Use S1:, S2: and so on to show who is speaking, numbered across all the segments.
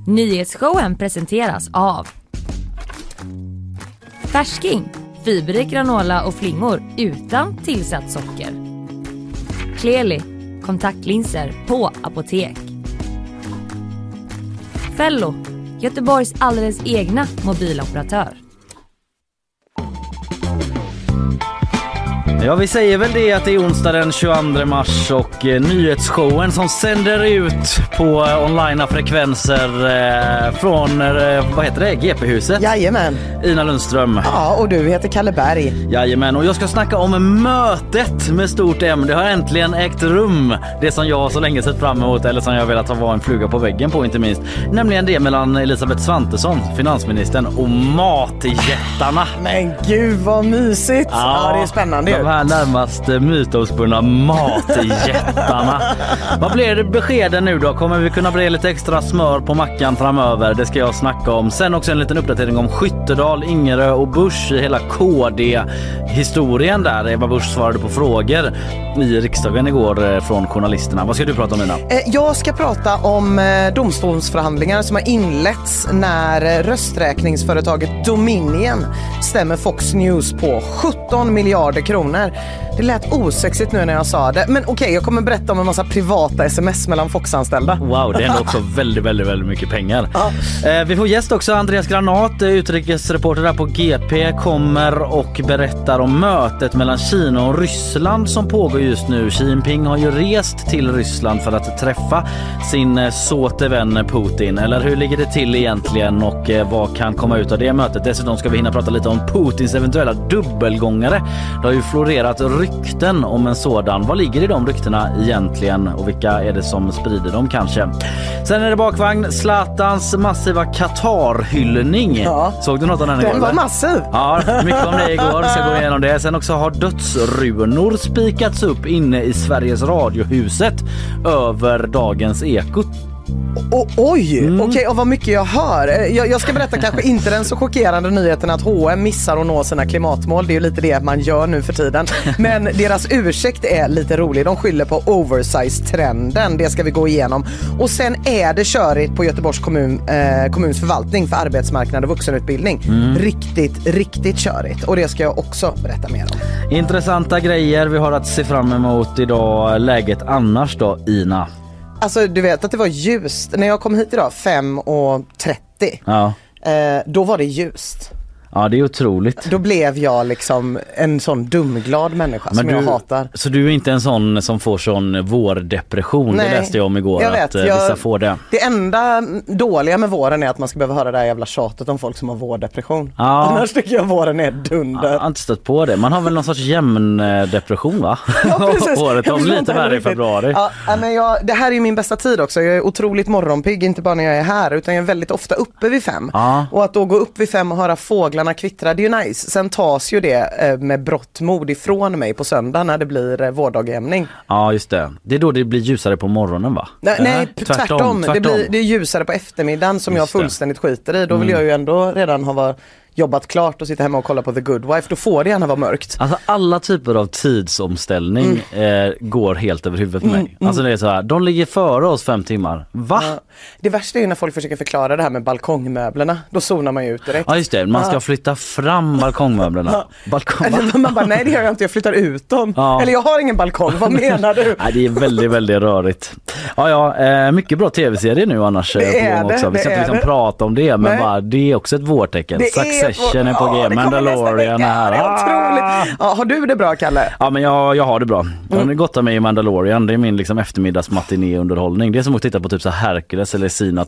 S1: Nyhetsshowen presenteras av Färsking, fiberrik granola och flingor utan tillsatt socker. Clearly, kontaktlinser på apotek. Fello, Göteborgs alldeles egna mobiloperatör.
S2: Ja, vi säger väl det att det är onsdag den 22 mars och nyhetsshowen som sänder ut på online frekvenser från, vad heter det, GP-huset.
S3: Jajamän.
S2: Ina Lundström.
S3: Ja, och du heter Kalle Berg.
S2: Jajamän, och jag ska snacka om mötet med stort M. Det har äntligen ägt rum. Det som jag så länge sett fram emot, eller som jag velat ha en fluga på väggen på inte minst. Nämligen det mellan Elisabeth Svantesson, finansministern, och matjättarna.
S3: Men gud vad mysigt. Ja, det är spännande.
S2: De här närmast mytomspunna matjättarna. Vad blir det beskeden nu då? Kommer vi kunna bli lite extra smör på mackan framöver? Det ska jag snacka om. Sen också en liten uppdatering om Skyttedal, Ingerö och Busch i hela KD-historien där. Eva Busch svarade på frågor i riksdagen igår från journalisterna. Vad ska du prata om, Ina?
S3: Jag ska prata om domstolsförhandlingar som har inletts när rösträkningsföretaget Dominion stämmer Fox News på 17 miljarder kronor. Det lät osexigt nu när jag sa det. Men okej, jag kommer berätta om en massa privata sms mellan Fox-anställda.
S2: Wow, det är ändå också väldigt mycket pengar.
S3: Ja.
S2: Vi får gäst också. Andreas Granat, utrikesreporter där på GP, kommer och berättar om mötet mellan Kina och Ryssland som pågår just nu. Xi Jinping har ju rest till Ryssland för att träffa sin såte vän Putin. Eller hur ligger det till egentligen och vad kan komma ut av det mötet? Dessutom ska vi hinna prata lite om Putins eventuella dubbelgångare. Det har ju florerat rykten om en sådan. Vad ligger i de ryktena egentligen och vilka är det som sprider dem kanske? Sen är det bakvagn, Zlatans massiva Qatar-hyllning. Ja. Såg du något av den igår?
S3: Den var massiv.
S2: Ja, mycket om det igår. Ska gå igenom det. Sen också har dödsrunor spikats upp inne i Sveriges Radiohuset över dagens Ekot.
S3: Okej, och vad mycket jag hör. Jag ska berätta kanske inte den så chockerande nyheten att H&M missar att nå sina klimatmål. Det är ju lite det man gör nu för tiden. Men deras ursäkt är lite rolig. De skyller på oversize-trenden. Det ska vi gå igenom. Och sen är det körigt på Göteborgs kommuns förvaltning för arbetsmarknad och vuxenutbildning. Riktigt körigt. Och det ska jag också berätta mer om.
S2: Intressanta grejer vi har att se fram emot idag. Läget annars då, Ina?
S3: Alltså du vet att det var ljust. När jag kom hit idag 5:30.
S2: Ja.
S3: Då var det ljust.
S2: Ja, det är otroligt.
S3: Då blev jag liksom en sån dumglad människa som jag hatar.
S2: Så du är inte en sån som får sån vårdepression? Nej, det läste jag om igår.
S3: Jag vet,
S2: att vissa får det.
S3: Det enda dåliga med våren är att man ska behöva höra det här jävla tjatet om folk som har vårdepression.
S2: Ja.
S3: Annars tycker jag våren är dunder.
S2: Jag har inte stött på det. Man har väl någon sorts jämn depression, va?
S3: Ja, precis.
S2: Året har lite värre i februari.
S3: Ja, men det här är ju min bästa tid också. Jag är otroligt morgonpigg, inte bara när jag är här utan jag är väldigt ofta uppe vid 5.
S2: Ja.
S3: Och att då gå upp vid 5 och höra fåglarna kvittra, det är ju nice. Sen tas ju det med brottmod ifrån mig på söndag när det blir vårdagjämning.
S2: Ja, just det. Det är då det blir ljusare på morgonen, va?
S3: Nej, tvärtom. Det är ljusare på eftermiddagen som just jag fullständigt skiter i. Då vill jag ju ändå redan ha jobbat klart och sitta hemma och kolla på The Good Wife. Då får det gärna vara mörkt.
S2: Alltså alla typer av tidsomställning går helt över huvudet på mig. Alltså det är så här, de ligger före oss 5 timmar. Va?
S3: Ja. Det värsta är ju när folk försöker förklara det här med balkongmöblerna. Då zonar man ju ut direkt.
S2: Ja, just det. Man ska flytta fram balkongmöblerna.
S3: Man bara, nej det gör jag inte, jag flyttar ut dem. Ja. Eller jag har ingen balkong, vad menar du?
S2: Nej, det är väldigt rörigt. Ja, mycket bra tv-serier nu annars.
S3: Det är det,
S2: också. Vi ska inte prata om det, men bara, det är också ett vårtecken. Succession är på G, Mandalorian är här.
S3: Det är otroligt. Ja, har du det bra, Kalle?
S2: Ja, men jag har det bra. Jag har gått av mig i Mandalorian. Det är min liksom eftermiddagsmatiné-underhållning. Det är som att titta på typ så Hercules eller Sina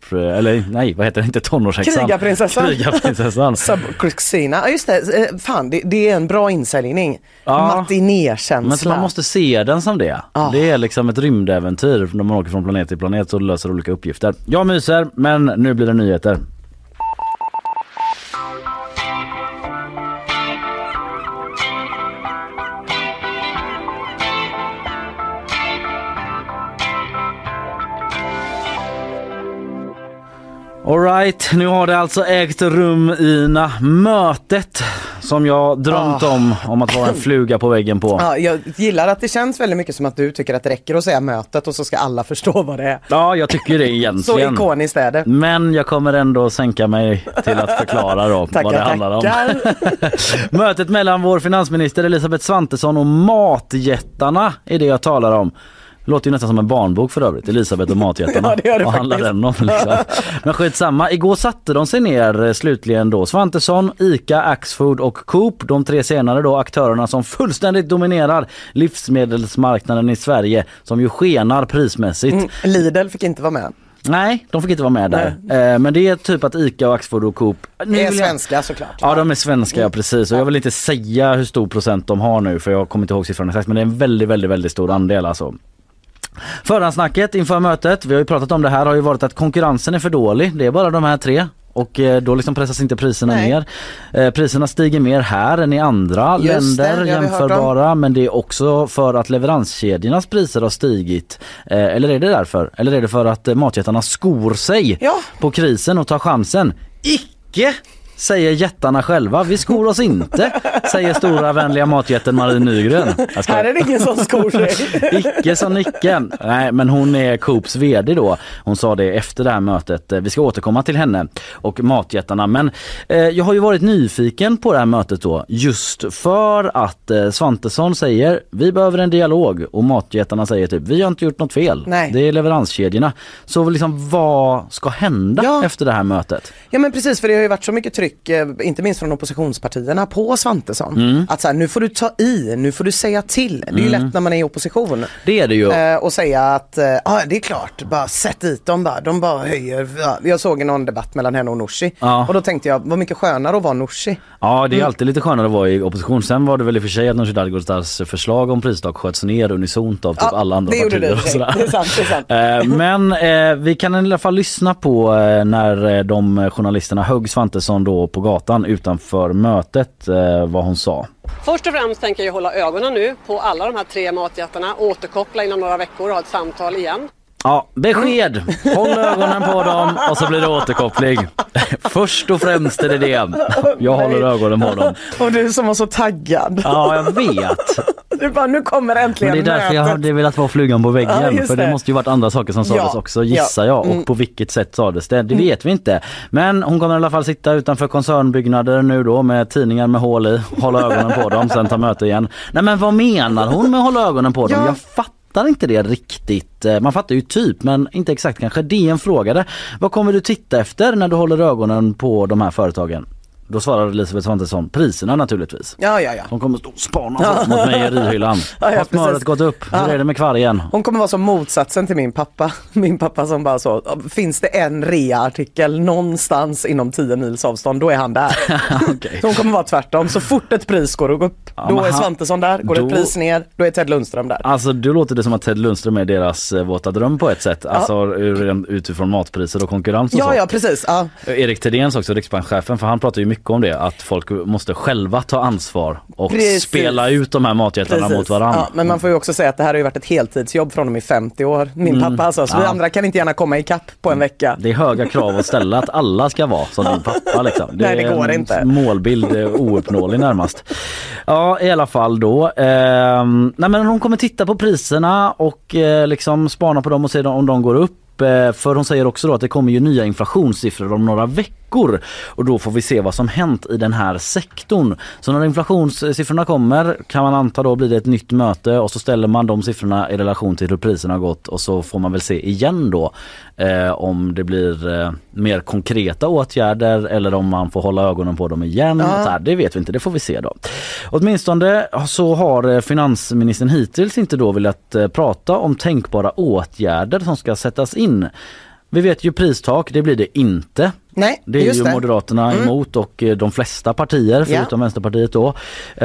S2: vad heter det? Inte tonårshäxan.
S3: Krigarprinsessan. Sina. Ja, just det. Fan, det är en bra insäljning. Ja. Matinékänsla.
S2: Men man måste se den som det. Det är liksom ett rymdäventyr när man åker från planet till planet och löser olika uppgifter. Jag myser, men nu blir det nyheter. All right, nu har det alltså ägt rum Ina, mötet som jag drömt om att vara en fluga på väggen på.
S3: Ja, jag gillar att det känns väldigt mycket som att du tycker att det räcker att säga mötet och så ska alla förstå vad det är.
S2: Ja, jag tycker det egentligen.
S3: Så ikoniskt är det.
S2: Men jag kommer ändå sänka mig till att förklara då vad det handlar om. Mötet mellan vår finansminister Elisabeth Svantesson och matjättarna är det jag talar om. Det låter ju nästan som en barnbok för övrigt, Elisabeth och matjättarna.
S3: Ja, det gör det.
S2: Vad handlar den om liksom? Men skitsamma, igår satte de sig ner slutligen då. Svantesson, ICA, Axfood och Coop, de tre senare då aktörerna som fullständigt dominerar livsmedelsmarknaden i Sverige, som ju skenar prismässigt.
S3: Lidl fick inte vara med.
S2: Nej, de fick inte vara med där. Men det är typ att ICA och Axfood och Coop...
S3: Det är svenska såklart.
S2: Ja, de är svenska, ja, precis. Och jag vill inte säga hur stor procent de har nu, för jag kommer inte ihåg siffrorna exakt, men det är en väldigt, väldigt, väldigt stor andel alltså. Förhandsnacket inför mötet, vi har ju pratat om det här, har ju varit att konkurrensen är för dålig. Det är bara de här tre. Och då liksom pressas inte priserna ner. Priserna stiger mer här än i andra länder jämförbara. Men det är också för att leveranskedjornas priser har stigit. Eller är det därför? Eller är det för att matjättarna skor sig på krisen och tar chansen? Icke! Säger jättarna själva. Vi skor oss inte, säger stora vänliga matjätten Marie Nygren.
S3: Här är det ingen som skor sig.
S2: Icke som Nicken. Nej, men hon är Coops vd då. Hon sa det efter det här mötet. Vi ska återkomma till henne och matjättarna. Men jag har ju varit nyfiken på det här mötet då. Just för att Svantesson säger vi behöver en dialog. Och matjättarna säger typ vi har inte gjort något fel. Nej. Det är leveranskedjorna. Så liksom vad ska hända efter det här mötet?
S3: Ja, men precis, för det har ju varit så mycket tryck, inte minst från oppositionspartierna, på Svantesson. Att så här, nu får du ta i, nu får du säga till. Det är ju lätt när man är i opposition.
S2: Det är det ju.
S3: Och säga att det är klart, bara sätt dit dem, de bara höjer. Ja, jag såg en någon debatt mellan henne och Nooshi. Och då tänkte jag, vad mycket skönare att vara Nooshi.
S2: Ja, det är alltid lite skönare att vara i opposition. Sen var det väl i och för sig att Nooshi Dadgostars förslag om pristak sköts ner unisont av typ alla andra partier. Och sådär.
S3: Det är sant.
S2: Men vi kan i alla fall lyssna på när de journalisterna högg Svantesson då på gatan utanför mötet, vad hon sa.
S4: Först och främst tänker jag hålla ögonen nu på alla de här tre matjättarna, återkoppla inom några veckor och ha ett samtal igen.
S2: Ja, besked. Håll ögonen på dem och så blir det återkoppling. Först och främst är det. Jag håller ögonen på dem.
S3: Och du som var så taggad.
S2: Ja, jag vet.
S3: Du bara, nu kommer äntligen
S2: mötet. Det är därför jag hade velat vara flugan på väggen. För det måste ju varit andra saker som sades också, gissar jag. Och på vilket sätt sades det? Det vet vi inte. Men hon kommer i alla fall sitta utanför koncernbyggnader nu då med tidningar med hål i. Hålla ögonen på dem, sen ta möte igen. Nej, men vad menar hon med hålla ögonen på dem? Jag fattar inte det riktigt. Man fattar ju typ, men inte exakt kanske. Det är en fråga. Vad kommer du titta efter när du håller ögonen på de här företagen? Då svarar Elisabeth Svantesson, priserna naturligtvis.
S3: Ja.
S2: Hon kommer stå och spana mot mejerihyllan. Har smöret gått upp? Hur är det med kvargen?
S3: Hon kommer vara som motsatsen till min pappa. Min pappa som bara så, finns det en rea-artikel någonstans inom 10 mils avstånd, då är han där. Okay. Så hon kommer vara tvärtom. Så fort ett pris går upp, då är Svantesson där. Går ett pris ner, då är Ted Lundström där.
S2: Alltså, du låter det som att Ted Lundström är deras våta dröm på ett sätt. Alltså utifrån matpriser och konkurrens och så.
S3: Ja, precis. Ja.
S2: Erik Thedéens också, riksbankschefen, för han pratar ju mycket om det, att folk måste själva ta ansvar och spela ut de här matjättarna mot varandra.
S3: Ja, men man får ju också säga att det här har ju varit ett heltidsjobb från dem i 50 år. Min pappa alltså, så vi andra kan inte gärna komma i kapp på en vecka. Det
S2: är höga krav att ställa att alla ska vara som din pappa liksom.
S3: Nej, det går inte.
S2: Målbild ouppnåelig närmast. Ja, i alla fall då. Nej, men hon kommer titta på priserna och liksom spana på dem och se om de går upp. För hon säger också då att det kommer ju nya inflationssiffror om några veckor och då får vi se vad som hänt i den här sektorn. Så när inflationssiffrorna kommer kan man anta då blir det ett nytt möte och så ställer man de siffrorna i relation till hur priserna har gått och så får man väl se igen då om det blir mer konkreta åtgärder eller om man får hålla ögonen på dem igen. Så här, det vet vi inte, det får vi se då. Åtminstone så har finansministern hittills inte då velat prata om tänkbara åtgärder som ska sättas in. Vi vet ju pristak, det blir det inte.
S3: Nej,
S2: det är ju Moderaterna emot och de flesta partier förutom Vänsterpartiet då.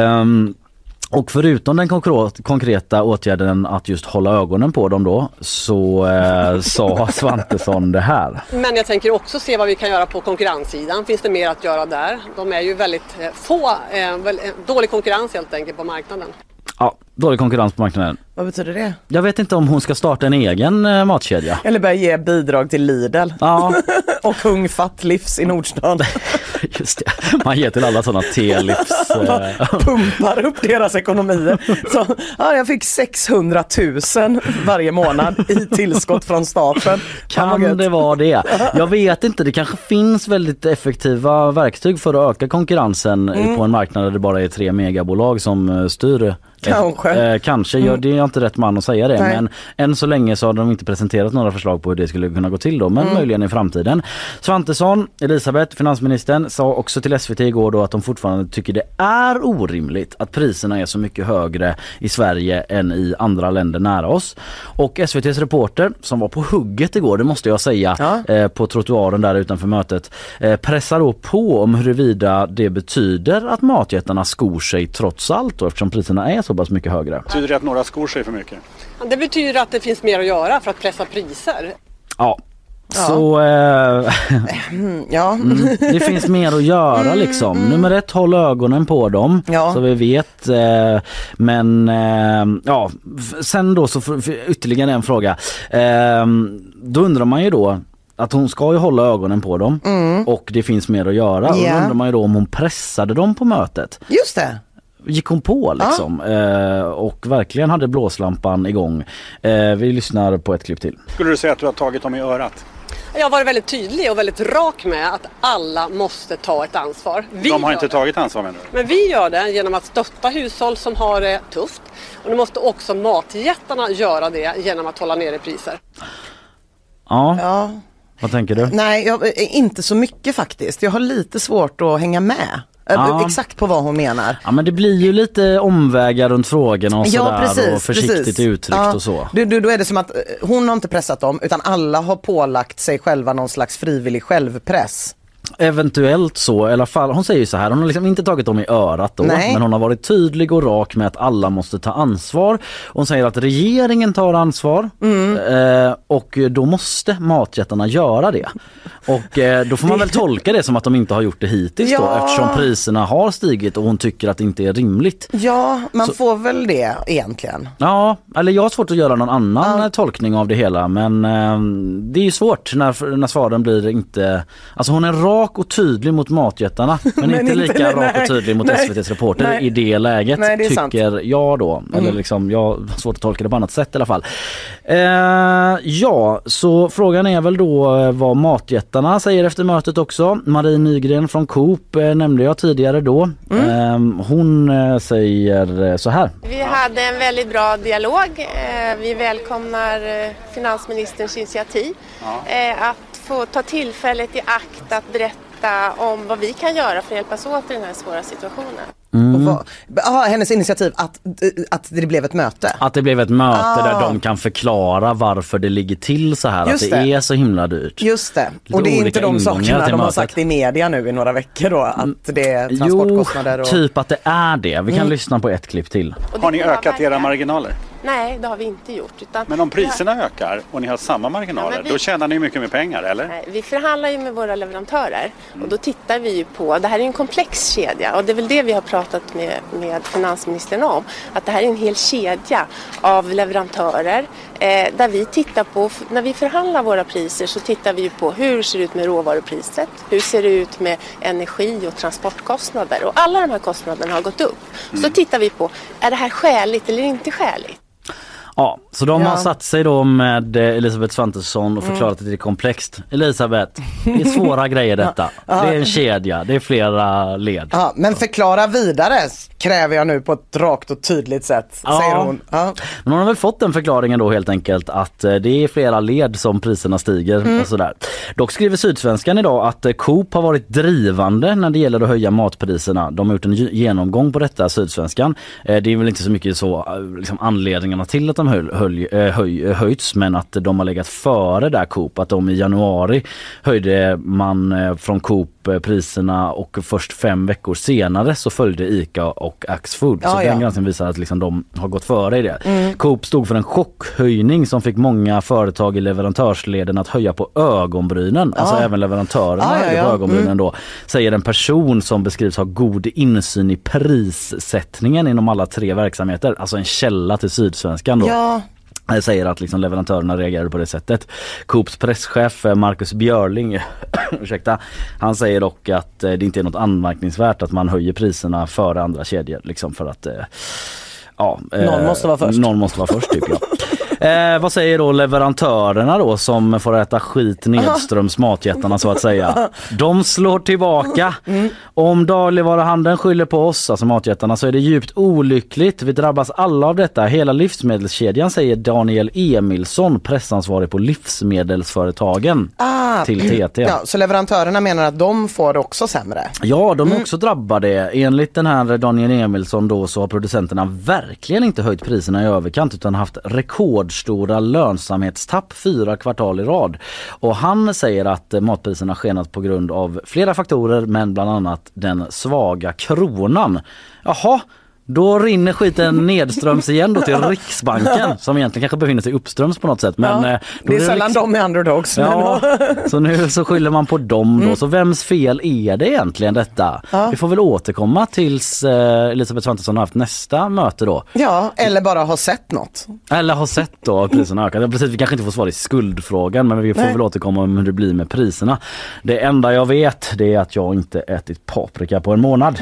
S2: Och förutom den konkreta åtgärden att just hålla ögonen på dem då så sa Svantesson det här.
S4: Men jag tänker också se vad vi kan göra på konkurrenssidan. Finns det mer att göra där? De är ju väldigt få, dålig konkurrens helt enkelt på marknaden.
S2: Ja, dålig konkurrens på marknaden.
S3: Vad betyder det?
S2: Jag vet inte om hon ska starta en egen matkedja.
S3: Eller börja ge bidrag till Lidl.
S2: Ja.
S3: Och Kung Fatt Livs i Nordstan.
S2: Just det. Man ger till alla sådana T-livs.
S3: Pumpar upp deras ekonomier. Så, jag fick 600 000 varje månad i tillskott från staten.
S2: Kan det vara det? Jag vet inte. Det kanske finns väldigt effektiva verktyg för att öka konkurrensen på en marknad där det bara är 3 megabolag som styr. Kanske. Det är inte rätt man att säga det. Nej. Men än så länge så har de inte presenterat några förslag på hur det skulle kunna gå till då. Men möjligen i framtiden. Svantesson, Elisabeth, finansministern, sa också till SVT igår då att de fortfarande tycker det är orimligt att priserna är så mycket högre i Sverige än i andra länder nära oss. Och SVT:s reporter som var på hugget igår, det måste jag säga, på trottoaren där utanför mötet, pressar då på om huruvida det betyder att matjättarna skor sig trots allt då, eftersom priserna är så pass mycket högre.
S5: Betyder det att några skor sig för mycket?
S4: Det betyder att det finns mer att göra för att pressa priser.
S2: Ja. Så det finns mer att göra liksom. Nummer 1, håll ögonen på dem så vi vet. Men sen då så för ytterligare en fråga. Då undrar man ju då att hon ska ju hålla ögonen på dem och det finns mer att göra. Och då undrar man ju då om hon pressade dem på mötet.
S3: Just det.
S2: Gick hon på liksom och verkligen hade blåslampan igång. Vi lyssnar på ett klipp till.
S5: Skulle du säga att du har tagit dem i örat?
S4: Jag har varit väldigt tydlig och väldigt rak med att alla måste ta ett ansvar.
S5: De har inte tagit ansvar, menar du?
S4: Men vi gör det genom att stötta hushåll som har det tufft. Och nu måste också matjättarna göra det genom att hålla nere priser.
S2: Ja. Vad tänker du?
S3: Nej, inte så mycket faktiskt. Jag har lite svårt att hänga med. Exakt på vad hon menar.
S2: Ja, men det blir ju lite omvägar runt frågorna och sådär och försiktigt uttryckt och så.
S3: Då är det som att hon har inte pressat dem utan alla har pålagt sig själva någon slags frivillig självpress.
S2: Eventuellt så, i alla fall. Hon säger ju så här, hon har liksom inte tagit dem i örat då, men hon har varit tydlig och rak med att alla måste ta ansvar. Hon säger att regeringen tar ansvar och då måste matjättarna göra det. Och då får man väl tolka det som att de inte har gjort det hittills då, eftersom priserna har stigit och hon tycker att det inte är rimligt.
S3: Ja, man får väl det egentligen.
S2: Ja, eller jag har svårt att göra någon annan tolkning av det hela, men det är ju svårt när svaren blir inte... Alltså hon är rak och tydlig mot matjättarna, men inte lika rak och tydlig mot SVT:s reporter i det läget, tycker sant. Jag då. Eller liksom, jag har svårt att tolka det på annat sätt i alla fall. Så frågan är väl då vad matjättarna säger efter mötet också. Marie Nygren från Coop nämnde jag tidigare då. Hon säger så här.
S6: Vi hade en väldigt bra dialog. Vi välkomnar finansministerns initiativ att få ta tillfället i akt att berätta om vad vi kan göra för att hjälpas åt i den här svåra situationen.
S3: Hennes initiativ att det blev ett möte.
S2: Att det blev ett möte där de kan förklara varför det ligger till så här. Just att det är så himla dyrt.
S3: Just det. Och det är inte de sakerna de har sagt i media nu i några veckor då. Att det är transportkostnader.
S2: Typ att det är det. Vi kan lyssna på ett klipp till.
S5: Har ni ökat era marginaler?
S6: Nej, det har vi inte gjort.
S5: Men om priserna ökar och ni har samma marginaler, då tjänar ni mycket mer pengar, eller?
S6: Nej, vi förhandlar ju med våra leverantörer och då tittar vi ju på, det här är en komplex kedja och det är väl det vi har pratat med finansministern om, att det här är en hel kedja av leverantörer där vi tittar på, när vi förhandlar våra priser så tittar vi på hur det ser ut med råvarupriset, hur ser det ut med energi och transportkostnader och alla de här kostnaderna har gått upp. Så tittar vi på, är det här skäligt eller inte skäligt?
S2: Ja, så de har satt sig då med Elisabeth Svantesson och förklarat att det är komplext. Elisabeth, det är svåra grejer detta. Det är en kedja, det är flera led.
S3: Ja, men förklara vidare kräver jag nu på ett rakt och tydligt sätt, säger hon. Ja.
S2: Men hon har väl fått den förklaringen då helt enkelt att det är flera led som priserna stiger och sådär. Dock skriver Sydsvenskan idag att Coop har varit drivande när det gäller att höja matpriserna. De har gjort en genomgång på detta, Sydsvenskan. Det är väl inte så mycket så liksom anledningarna till att de höjts, men att de har legat före där Coop. Att de i januari höjde man från Coop priserna och först 5 veckor senare så följde ICA och Axfood. Så den granskningen visar att liksom de har gått före i det. Coop stod för en chockhöjning som fick många företag i leverantörsleden att höja på ögonbrynen. Alltså även leverantörerna höjde på ögonbrynen då. Säger en person som beskrivs ha god insyn i prissättningen inom alla 3 verksamheter. Alltså en källa till Sydsvenskan då. Ja. Jag säger att liksom leverantörerna reagerade på det sättet. Coops presschef Marcus Björling han säger dock att det inte är något anmärkningsvärt att man höjer priserna före andra kedjor. Liksom för att
S3: någon måste vara först.
S2: Någon måste vara först typ jag. Vad säger då leverantörerna då som får äta skit nedströms matjättarna så att säga? De slår tillbaka. Om dagligvaruhandeln skyller på oss, alltså matjättarna, så är det djupt olyckligt. Vi drabbas alla av detta. Hela livsmedelskedjan, säger Daniel Emilsson, pressansvarig på livsmedelsföretagen till TT.
S3: Ja, så leverantörerna menar att de får också sämre?
S2: Ja, de är också drabbade. Enligt den här Daniel Emilsson då så har producenterna verkligen inte höjt priserna i överkant utan haft rekordstora lönsamhetstapp 4 kvartal i rad. Och han säger att matpriserna skenat på grund av flera faktorer, men bland annat den svaga kronan. Jaha, då rinner skiten nedströms igen då till Riksbanken som egentligen kanske befinner sig uppströms på något sätt. Men
S3: det är sällan de är underdogs.
S2: Ja, så nu så skyller man på dem då. Så vems fel är det egentligen detta? Vi får väl återkomma tills Elisabeth Svantesson har haft nästa möte då. Ja,
S3: eller bara har sett något.
S2: Eller har sett då priserna öka. Precis, vi kanske inte får svar i skuldfrågan, men vi får väl återkomma om hur det blir med priserna. Det enda jag vet, det är att jag inte ätit paprika på en månad.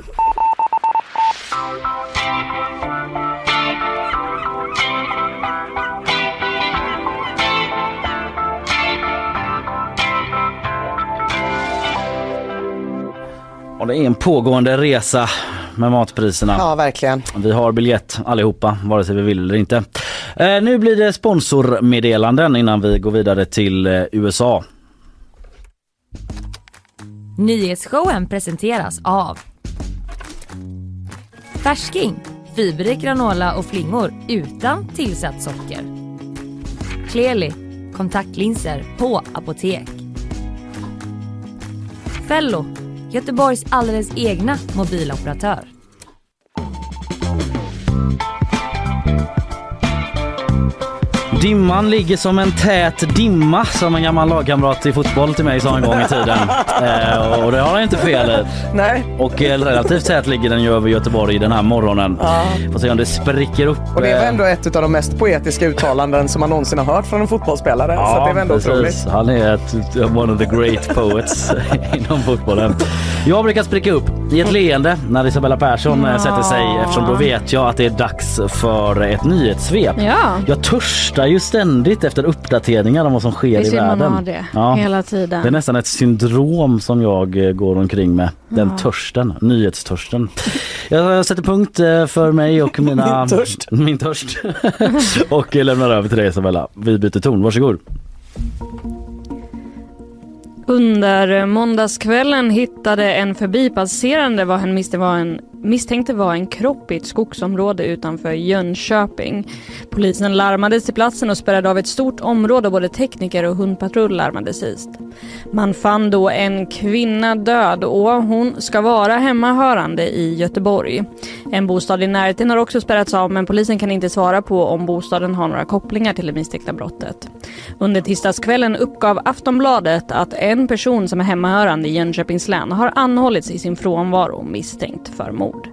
S2: Och det är en pågående resa med matpriserna.
S3: Ja, verkligen.
S2: Vi har biljett allihopa, vare sig vi vill eller inte. Nu blir det sponsormeddelanden innan vi går vidare till USA.
S1: Nyhetsshowen presenteras av Färsking, fiberrik granola och flingor utan tillsatt socker. Clearly, kontaktlinser på apotek. Fello, Göteborgs alldeles egna mobiloperatör.
S2: Dimman ligger som en tät dimma, som en gammal lagkamrat i fotboll till mig sa en gång i tiden. Och det har jag inte fel i.
S3: Nej.
S2: Och relativt tät ligger den ju över Göteborg den här morgonen. Får se om det spricker upp.
S3: Och det är ändå ett av de mest poetiska uttalanden som man någonsin har hört från en fotbollsspelare. Så det är ändå otroligt.
S2: Han är one of the great poets inom fotbollen. Jag brukar spricka upp i ett leende när Isabella Persson sätter sig, eftersom då vet jag att det är dags för ett nyhetssvep.
S7: Ja.
S2: Jag törstar ju ständigt efter uppdateringar om vad som sker i världen.
S7: Man har det hela tiden.
S2: Det är nästan ett syndrom som jag går omkring med. Den törsten, nyhetstörsten. Jag sätter punkt för mig och min törst. Och lämnar över till dig, Isabella. Vi byter ton, varsågod.
S7: Under måndagskvällen hittade en förbipasserande vad han misstänkte var en kropp i ett skogsområde utanför Jönköping. Polisen larmades till platsen och spärrade av ett stort område, och både tekniker och hundpatrull larmades sist. Man fann då en kvinna död, och hon ska vara hemmahörande i Göteborg. En bostad i närheten har också spärrats av, men polisen kan inte svara på om bostaden har några kopplingar till det misstänkta brottet. Under tisdagskvällen uppgav Aftonbladet att en person som är hemmahörande i Jönköpings län har anhållits i sin frånvaro misstänkt för mord.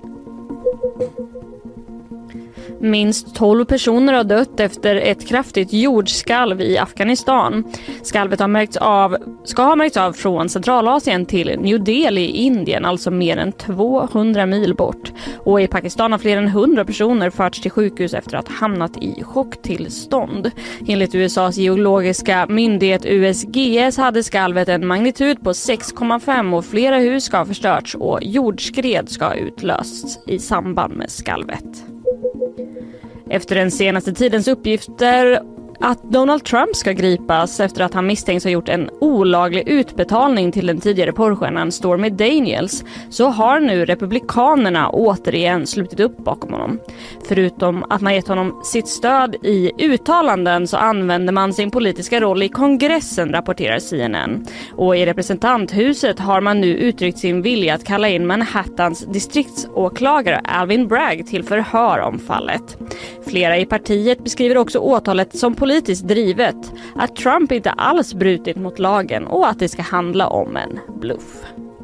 S7: Minst 12 personer har dött efter ett kraftigt jordskalv i Afghanistan. Skalvet ska ha märkts av från Centralasien till New Delhi i Indien, alltså mer än 200 mil bort. Och i Pakistan har fler än 100 personer förts till sjukhus efter att ha hamnat i chocktillstånd. Enligt USAs geologiska myndighet USGS hade skalvet en magnitud på 6,5 och flera hus ska ha förstörts och jordskred ska ha utlösts i samband med skalvet. Efter den senaste tidens uppgifter att Donald Trump ska gripas efter att han misstänks ha gjort en olaglig utbetalning till den tidigare porrstjärnan Stormy Daniels, så har nu republikanerna återigen slutit upp bakom honom. Förutom att man gett honom sitt stöd i uttalanden så använder man sin politiska roll i kongressen, rapporterar CNN. Och i representanthuset har man nu uttryckt sin vilja att kalla in Manhattans distriktsåklagare Alvin Bragg till förhör om fallet. Flera i partiet beskriver också åtalet som politiskt drivet, att Trump inte alls brutit mot lagen och att det ska handla om en bluff.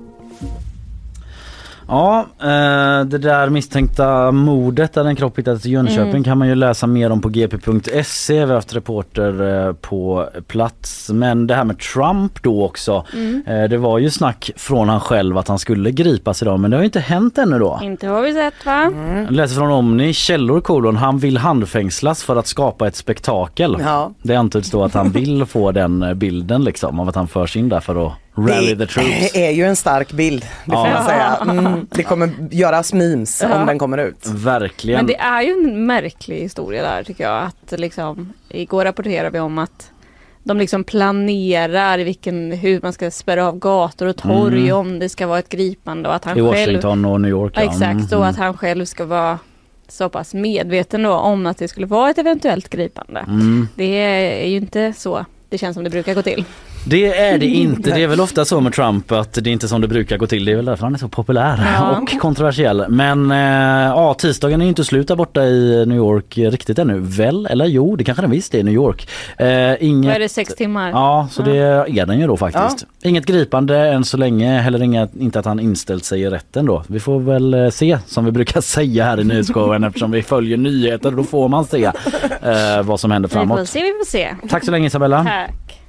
S2: Ja, det där misstänkta mordet där en kropp hittades i Jönköping kan man ju läsa mer om på gp.se. Vi har haft reporter på plats. Men det här med Trump då också. Det var ju snack från han själv att han skulle gripas idag, men det har ju inte hänt ännu då.
S7: Inte har vi sett, va?
S2: Jag läser från Omni, källor : han vill handfängslas för att skapa ett spektakel.
S3: Ja.
S2: Det antyds då att han vill få den bilden liksom, av att han förs in där för att rally the troops.
S3: Det är ju en stark bild, det får man säga. Det kommer göras memes om den kommer ut.
S2: Verkligen.
S7: Men det är ju en märklig historia där, tycker jag. Att liksom, igår rapporterade vi om att de liksom planerar hur man ska spärra av gator och torg om det ska vara ett gripande. Och att han
S2: i Washington och New York.
S7: Ja. Exakt, och att han själv ska vara så pass medveten då om att det skulle vara ett eventuellt gripande. Det är ju inte så det känns som det brukar gå till.
S2: Det är det inte. Det är väl ofta så med Trump att det är inte som det brukar gå till. Det är väl därför han är så populär och kontroversiell. Men tisdagen är ju inte slut där borta i New York riktigt ännu. Väl? Eller jo, det kanske den visst är i New York.
S7: Vad är det, 6 timmar?
S2: Ja, så det är den ju då faktiskt. Ja. Inget gripande än så länge. Heller inte att han inställt sig i rätten då. Vi får väl se, som vi brukar säga här i nyhetsshowen, eftersom vi följer nyheter. Då får man se vad som händer framåt.
S7: Vi får se.
S2: Tack så länge, Isabella.
S7: Tack.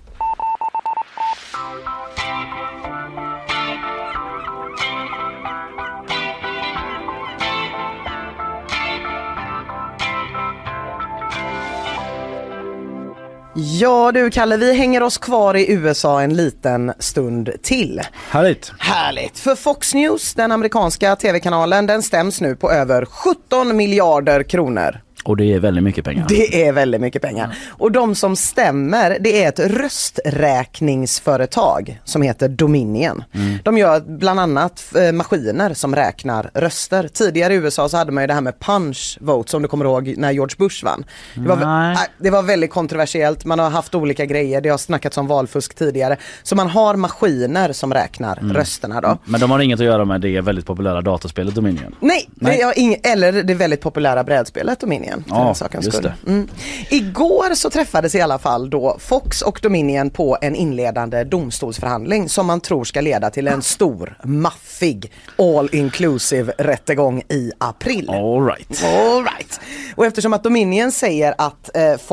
S3: Ja du Kalle, vi hänger oss kvar i USA en liten stund till. Härligt. För Fox News, den amerikanska tv-kanalen, den stäms nu på över 17 miljarder kronor.
S2: Och det är väldigt mycket pengar.
S3: Det är väldigt mycket pengar. Och de som stämmer, det är ett rösträkningsföretag som heter Dominion. De gör bland annat maskiner som räknar röster. Tidigare i USA så hade man ju det här med punch vote, som du kommer ihåg när George Bush vann. Det var väldigt kontroversiellt. Man har haft olika grejer. Det har snackats om valfusk tidigare. Så man har maskiner som räknar rösterna då.
S2: Men de har inget att göra med det väldigt populära dataspelet Dominion.
S3: Nej. Eller det väldigt populära brädspelet Dominion.
S2: Ja, just det.
S3: Igår så träffades i alla fall då Fox och Dominion på en inledande domstolsförhandling som man tror ska leda till en stor, maffig, all-inclusive rättegång i april.
S2: All right.
S3: Och eftersom att Dominion säger att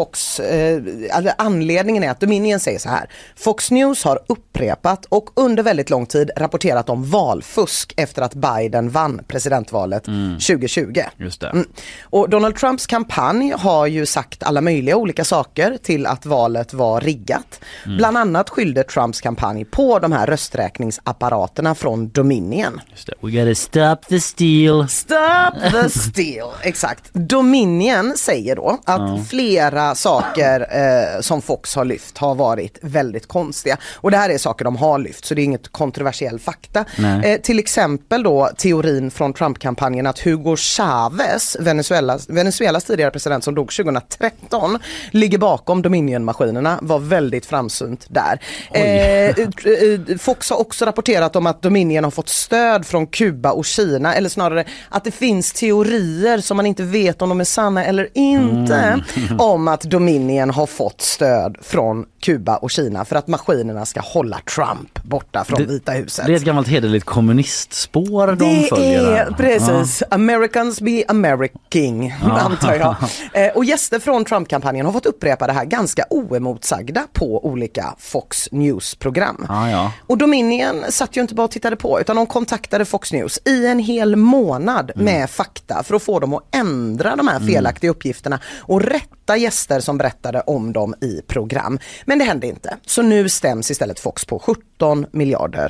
S3: anledningen är att Dominion säger så här: Fox News har upprepat och under väldigt lång tid rapporterat om valfusk efter att Biden vann presidentvalet 2020.
S2: Just det.
S3: Och Donald Trumps kampanj har ju sagt alla möjliga olika saker till att valet var riggat. Bland annat skyllde Trumps kampanj på de här rösträkningsapparaterna från Dominion.
S2: Just det. We gotta stop the steal.
S3: Stop the steal, exakt. Dominion säger då att flera saker som Fox har lyft har varit väldigt konstiga. Och det här är saker de har lyft, så det är inget kontroversiell fakta. Till exempel då teorin från Trump-kampanjen att Hugo Chavez, Venezuelas tidigare president som dog 2013, ligger bakom Dominion-maskinerna, var väldigt framsynt där. Fox har också rapporterat om att Dominion har fått stöd från Kuba och Kina, eller snarare att det finns teorier som man inte vet om de är sanna eller inte, om att Dominion har fått stöd från Kuba och Kina för att maskinerna ska hålla Trump borta från Vita huset.
S2: Det är ett gammalt hederligt kommunistspår de följer.
S3: Det är precis. Americans be American, antar jag. Och gäster från Trump-kampanjen har fått upprepa det här ganska oemotsagda på olika Fox News-program. Och Dominion satt ju inte bara och tittade på, utan de kontaktade Fox News i en hel månad med fakta för att få dem att ändra de här felaktiga uppgifterna och rätta gäster som berättade om dem i program. Men det hände inte. Så nu stäms istället Fox på 17 miljarder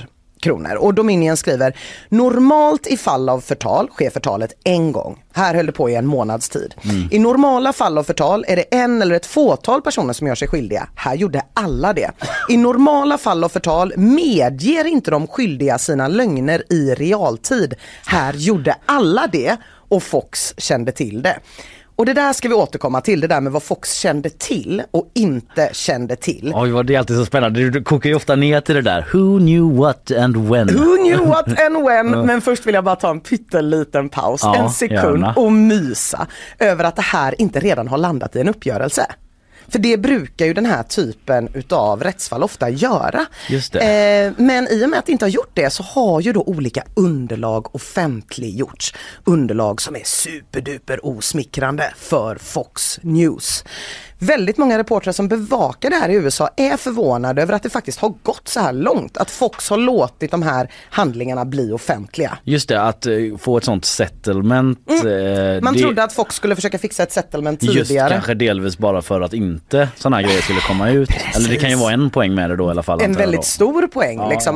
S3: kronor. Och Dominion skriver, normalt i fall av förtal sker förtalet en gång. Här höll det på i en månads tid. I normala fall av förtal är det en eller ett fåtal personer som gör sig skyldiga. Här gjorde alla det. I normala fall av förtal medger inte de skyldiga sina lögner i realtid. Här gjorde alla det och Fox kände till det. Och det där ska vi återkomma till, det där med vad Fox kände till och inte kände till.
S2: Oj, det är alltid så spännande. Du kokar ju ofta ner till det där. Who knew what and when?
S3: Who knew what and when? Men först vill jag bara ta en pytteliten paus, en sekund
S2: gärna.
S3: och mysa över att det här inte redan har landat i en uppgörelse. För det brukar ju den här typen utav rättsfall ofta göra.
S2: Just det.
S3: Men i och med att det inte har gjort det så har ju då olika underlag offentliggjorts. Underlag som är superduper osmickrande för Fox News. Väldigt många reportrar som bevakar det här i USA är förvånade över att det faktiskt har gått så här långt. Att Fox har låtit de här handlingarna bli offentliga.
S2: Just det, att få ett sånt settlement.
S3: Man trodde att Fox skulle försöka fixa ett settlement tidigare.
S2: Just kanske delvis bara för att inte sådana här grejer skulle komma ut. Precis. Eller det kan ju vara en poäng med det då i alla fall.
S3: En väldigt stor poäng, liksom,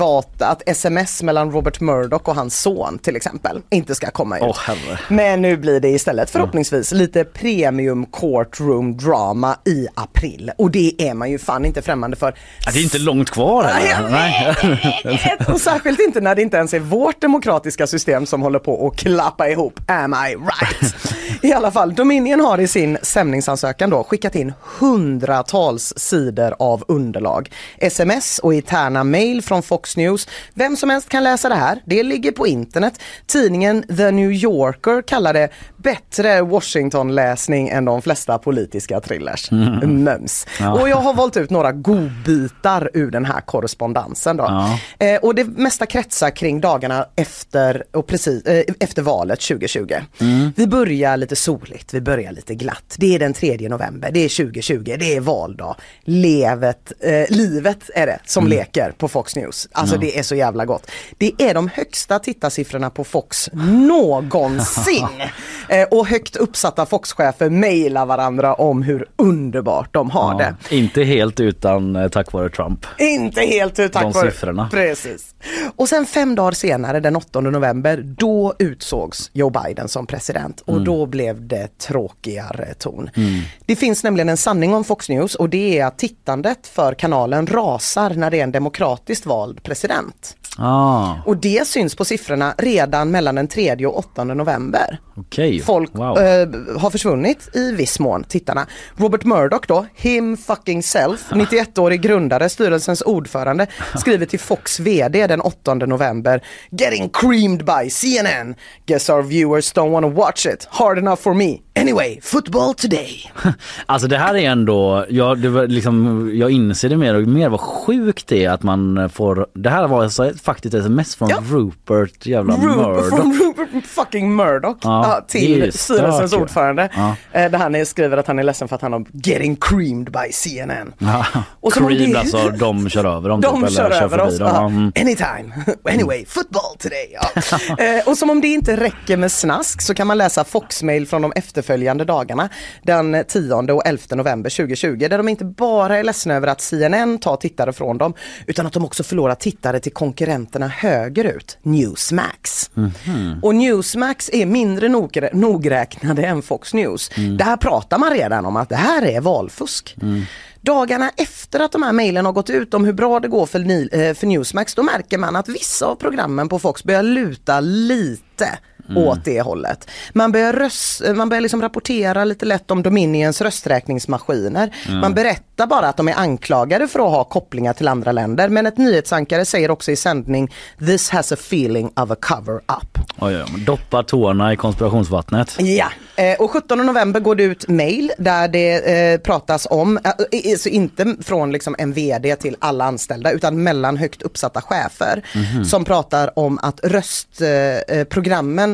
S3: att sms mellan Robert Murdoch och hans son till exempel inte ska komma ut. Men nu blir det istället förhoppningsvis lite premium courtroom drama i april. Och det är man ju fan inte främmande för.
S2: Det är inte långt kvar här. Nej.
S3: Och särskilt inte när det inte ens är vårt demokratiska system som håller på att klappa ihop. Am I right? I alla fall, Dominion har i sin stämningsansökan då skickat in hundratals sidor av underlag. SMS och interna mail från Fox News. Vem som helst kan läsa det här. Det ligger på internet. Tidningen The New Yorker kallar det bättre Washington-läsning än de flesta politiska thrillers. Mums. Ja. Och jag har valt ut några godbitar ur den här korrespondensen då. Ja. Och det mesta kretsar kring dagarna efter valet 2020. Vi börjar lite soligt, vi börjar lite glatt. Det är den 3 november, det är 2020, det är valdag. Livet är det som leker på Fox News. Alltså det är så jävla gott. Det är de högsta tittarsiffrorna på Fox någonsin. Och högt uppsatta Fox-chefer mejlar varandra om hur underbart de har det.
S2: Inte helt utan tack vare Trump.
S3: Inte helt utan tack vare
S2: siffrorna.
S3: Precis. Och sen 5 dagar senare, den 8 november, då utsågs Joe Biden som president. Och då blev det tråkigare ton. Det finns nämligen en sanning om Fox News och det är att tittandet för kanalen rasar när det är en demokratiskt vald president. Och det syns på siffrorna redan mellan den 3 och 8 november.
S2: Okay.
S3: Folk har försvunnit i viss mån, tittarna. Robert Murdoch då, him fucking self, 91-årig grundare, styrelsens ordförande, skriver till Fox vd den 8 november: "Getting creamed by CNN. Guess our viewers don't want to watch it. Hard enough for me. Anyway, football today."
S2: Alltså det här är ändå, jag inser det mer och mer vad sjukt det är att man får, det här var alltså faktiskt ett sms från Rupert Murdoch.
S3: Från Rupert fucking Murdoch till styrelsens ordförande. Där han skriver att han är ledsen för att han har getting creamed by CNN.
S2: Och creamed, alltså de kör över dem.
S3: De kör över oss. Anytime. Anyway, football today. Och som om det inte räcker med snask så kan man läsa Fox-mail från de efterföljande dagarna den 10 och 11 november 2020 där de inte bara är ledsna över att CNN tar tittare från dem utan att de också förlorar tittare till konkurrenterna högerut, Newsmax. Och Newsmax är mindre nogräknade än Fox News. Där pratar man redan om att det här är valfusk. Dagarna efter att de här mejlen har gått ut om hur bra det går för Newsmax, då märker man att vissa av programmen på Fox börjar luta lite åt det hållet. Man börjar liksom rapportera lite lätt om Dominions rösträkningsmaskiner. Man berättar bara att de är anklagade för att ha kopplingar till andra länder, men ett nyhetsankare säger också i sändning: "This has a feeling of a cover-up."
S2: Doppa tårna i konspirationsvattnet.
S3: Ja, och 17 november går det ut mejl där det pratas om, så inte från liksom en vd till alla anställda utan mellan högt uppsatta chefer som pratar om att röstprogrammen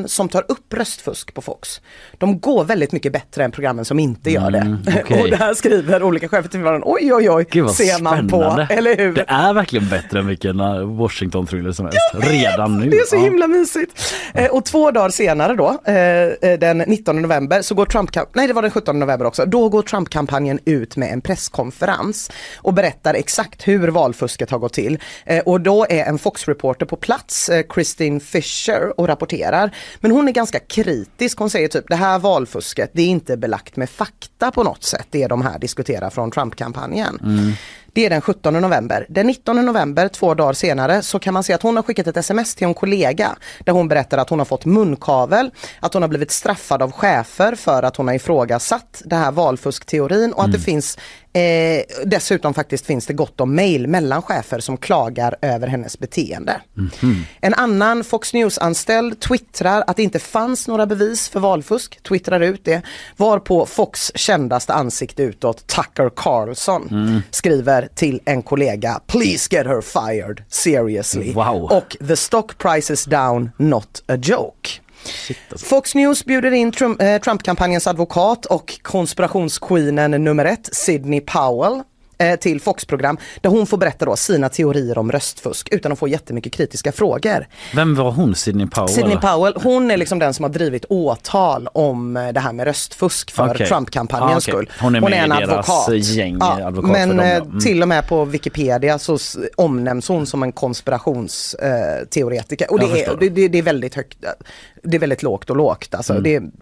S3: programmen som tar upp röstfusk på Fox, de går väldigt mycket bättre än programmen som inte gör det.
S2: Okay.
S3: Och där skriver olika chefer till varandra, oj,
S2: Gud,
S3: ser man på, eller hur?
S2: Det är verkligen bättre än vilken Washington-thriller som helst. Redan nu.
S3: Det är så himla mysigt. Och 2 dagar senare då, den 19 november, så går det var den 17 november också, då går Trump-kampanjen ut med en presskonferens och berättar exakt hur valfusket har gått till. Och då är en Fox-reporter på plats, Christine Fisher, och rapporterar. Men hon är ganska kritisk. Hon säger typ, det här valfusket, det är inte belagt med fakta på något sätt. Det är de här diskuterar från Trump-kampanjen. Det är den 17 november. Den 19 november, 2 dagar senare, så kan man se att hon har skickat ett sms till en kollega där hon berättar att hon har fått munkavel, att hon har blivit straffad av chefer för att hon har ifrågasatt det här valfuskteorin och att det finns dessutom faktiskt finns det gott om mejl mellan chefer som klagar över hennes beteende. En annan Fox News-anställd twittrar att det inte fanns några bevis för valfusk, twittrar ut det, varpå Fox kändaste ansikte utåt, Tucker Carlson, skriver till en kollega, please get her fired, seriously.
S2: Wow.
S3: Och the stock price is down, not a joke. Fox News bjuder in Trump-kampanjens advokat och konspirationsqueenen nummer 1, Sidney Powell, till Fox-program där hon får berätta då sina teorier om röstfusk utan att få jättemycket kritiska frågor.
S2: Vem var hon, Sidney Powell?
S3: Sidney Powell, hon är liksom den som har drivit åtal om det här med röstfusk för Trump-kampanjens skull.
S2: Hon är en
S3: advokat.
S2: Gäng advokat
S3: men
S2: för dem.
S3: Till och med på Wikipedia så omnämns hon som en konspirationsteoretiker. Och det är väldigt högt. Det är väldigt lågt och lågt. Alltså.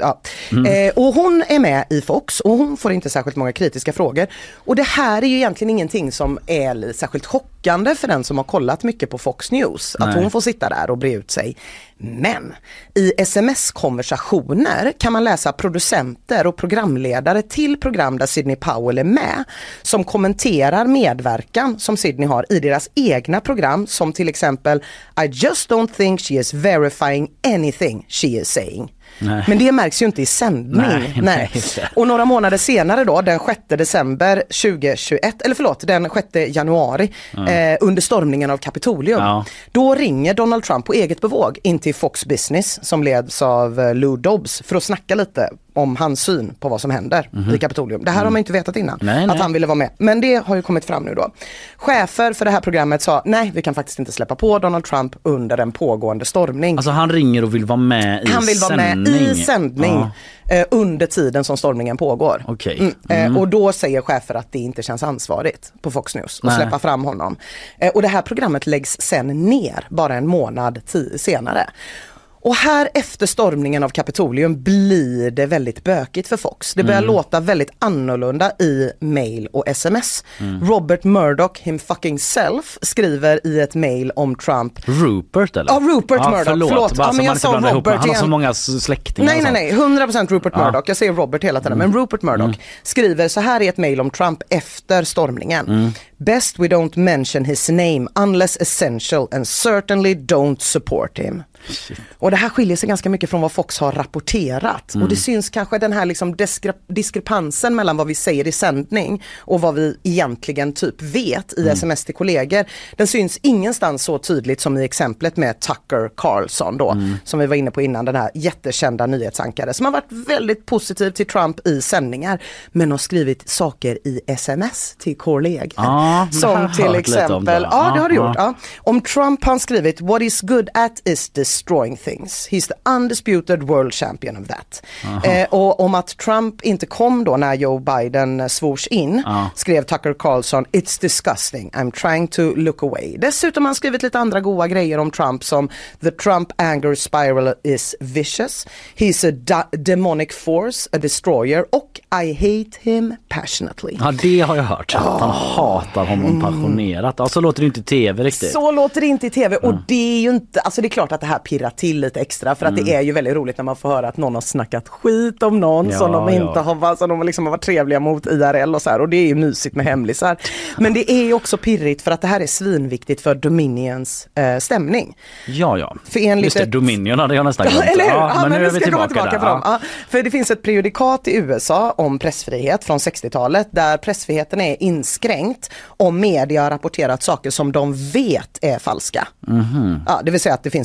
S3: Och hon är med i Fox och hon får inte särskilt många kritiska frågor. Och det här är ju egentligen ingenting som är särskilt chockande för den som har kollat mycket på Fox News. Att hon får sitta där och bre ut sig. Men i sms-konversationer kan man läsa producenter och programledare till program där Sidney Powell är med som kommenterar medverkan som Sidney har i deras egna program, som till exempel I just don't think she is verifying anything she is saying. Nej. Men det märks ju inte i sändning. Nej. Och några månader senare då, den 6 december 2021, eller förlåt, den 6 januari under stormningen av Kapitolium. Då ringer Donald Trump på eget bevåg in till Fox Business som leds av Lou Dobbs för att snacka lite om hans syn på vad som händer i Kapitolium. Det här har man inte vetat innan, att han ville vara med. Men det har ju kommit fram nu då. Chefer för det här programmet sa, nej, vi kan faktiskt inte släppa på Donald Trump under en pågående stormning.
S2: Alltså han ringer och vill vara med i sändning.
S3: Han vill vara med i sändning under tiden som stormningen pågår. Och då säger chefer att det inte känns ansvarigt på Fox News att släppa fram honom. Och det här programmet läggs sen ner bara en månad senare. Och här efter stormningen av Kapitolium blir det väldigt bökigt för Fox. Det börjar låta väldigt annorlunda i mail och sms. Robert Murdoch, him fucking self, skriver i ett mail om Trump.
S2: Rupert eller?
S3: Ja, Rupert Murdoch. Förlåt.
S2: Ja,
S3: men jag sa Robert.
S2: Han har så många släktingar.
S3: Nej, 100% Rupert Murdoch. Jag säger Robert hela tiden. Men Rupert Murdoch skriver så här i ett mail om Trump efter stormningen. Best we don't mention his name unless essential and certainly don't support him. Shit. Och det här skiljer sig ganska mycket från vad Fox har rapporterat. Och det syns kanske den här liksom diskrepansen mellan vad vi säger i sändning och vad vi egentligen typ vet i sms till kollegor. Den syns ingenstans så tydligt som i exemplet med Tucker Carlson då, som vi var inne på innan, den här jättekända nyhetsankare som har varit väldigt positiv till Trump i sändningar men har skrivit saker i sms till kollegor. Som till exempel, det har du gjort. Om Trump har skrivit what is good at is destroying things. He's the undisputed world champion of that. Och om att Trump inte kom då när Joe Biden svors in, skrev Tucker Carlson, it's disgusting. I'm trying to look away. Dessutom har han skrivit lite andra goda grejer om Trump som the Trump anger spiral is vicious. He's a demonic force, a destroyer och I hate him passionately.
S2: Ja, det har jag hört. Att han hatar honom passionerat. Så låter det inte i tv riktigt.
S3: Så låter det inte i tv och det är ju inte, alltså det är klart att det här pirrar till lite extra för att det är ju väldigt roligt när man får höra att någon har snackat skit om någon som de inte har, som de liksom har varit trevliga mot IRL och så här, och det är ju mysigt med hemlisar. Men det är ju också pirrigt för att det här är svinviktigt för Dominions stämning. För enligt
S2: just det, Dominion hade jag nästan glömt.
S3: Eller hur?
S2: Men nu är vi tillbaka där.
S3: För det finns ett prejudikat i USA om pressfrihet från 60-talet där pressfriheten är inskränkt om media har rapporterat saker som de vet är falska. Det vill säga att det finns ett uppsåt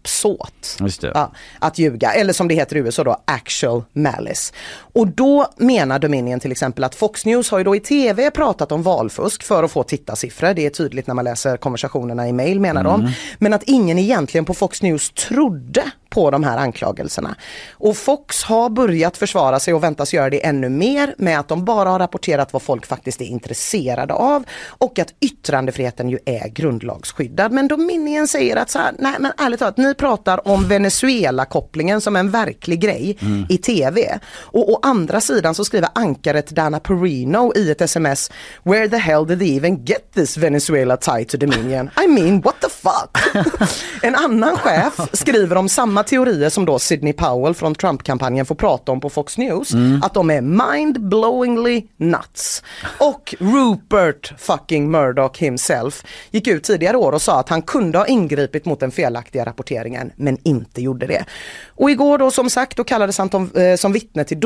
S3: uppsåt
S2: Just det.
S3: att ljuga. Eller som det heter i USA då, actual malice. Och då menar Dominion till exempel att Fox News har ju då i tv pratat om valfusk för att få tittarsiffror. Det är tydligt när man läser konversationerna i mejl, menar de. Men att ingen egentligen på Fox News trodde på de här anklagelserna. Och Fox har börjat försvara sig och väntas göra det ännu mer med att de bara har rapporterat vad folk faktiskt är intresserade av och att yttrandefriheten ju är grundlagsskyddad. Men Dominion säger att så här, nej men ärligt talat, ni pratar om Venezuela-kopplingen som en verklig grej i tv. Och å andra sidan så skriver ankaret Dana Perino i ett sms: "Where the hell did they even get this Venezuela tie to Dominion? I mean, what the fuck?" En annan chef skriver om samma teorier som då Sidney Powell från Trump-kampanjen får prata om på Fox News, att de är mind-blowingly nuts. Och Rupert fucking Murdoch himself gick ut tidigare år och sa att han kunde ha ingripit mot den felaktiga rapporteringen, men inte gjorde det. Och igår då, som sagt, då kallades han som vittne till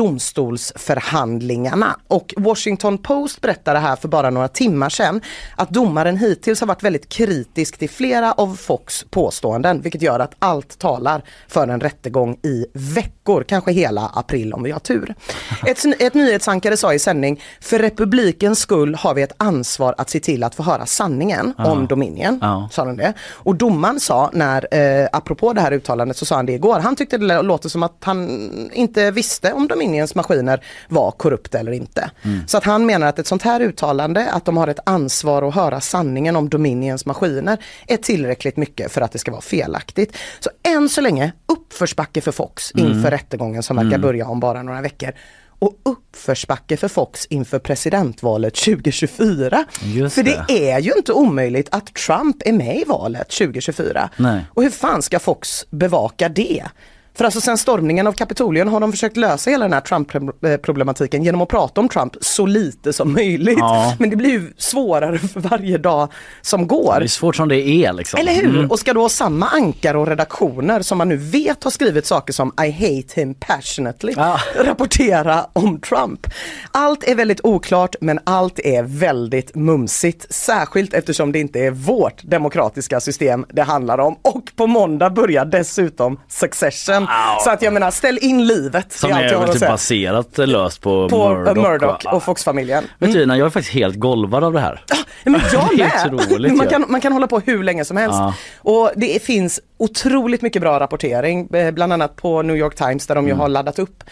S3: domstolsförhandlingarna. Och Washington Post berättade här för bara några timmar sedan att domaren hittills har varit väldigt kritisk till flera av Fox påståenden, vilket gör att allt talar för en rättegång i veckor, kanske hela april om vi har tur. Ett nyhetsankare sa i sändning: "För republikens skull har vi ett ansvar att se till att få höra sanningen om Dominion", sa han det. Och domaren sa, apropå det här uttalandet, så sa han det igår. Han tyckte det låter som att han inte visste om Dominions maskiner var korrupta eller inte. Så att han menar att ett sånt här uttalande, att de har ett ansvar att höra sanningen om Dominions maskiner, är tillräckligt mycket för att det ska vara felaktigt. Så än så länge uppförsbacke för Fox inför rättegången som verkar börja om bara några veckor. Och uppförsbacke för Fox inför presidentvalet 2024. För det är ju inte omöjligt att Trump är med i valet 2024. Nej. Och hur fan ska Fox bevaka det? För alltså sen stormningen av Kapitolien har de försökt lösa hela den här Trump-problematiken genom att prata om Trump så lite som möjligt. Ja. Men det blir ju svårare för varje dag som går.
S2: Det är svårt som det är liksom.
S3: Eller hur? Och ska då samma ankar och redaktioner som man nu vet har skrivit saker som "I hate him passionately" rapportera om Trump. Allt är väldigt oklart, men allt är väldigt mumsigt. Särskilt eftersom det inte är vårt demokratiska system det handlar om. Och på måndag börjar dessutom Succession. Så att jag menar, ställ in livet.
S2: Som är typ baserat löst på
S3: Murdoch och Fox-familjen.
S2: Vet du, jag är faktiskt helt golvad av det här.
S3: Men jag med.
S2: Otroligt,
S3: man kan hålla på hur länge som helst. Och det finns otroligt mycket bra rapportering, bland annat på New York Times där de ju har laddat upp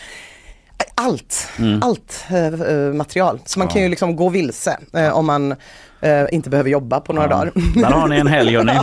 S3: allt material. Så man kan ju liksom gå vilse om man inte behöver jobba på några dagar.
S2: Där har ni en helg, hörni.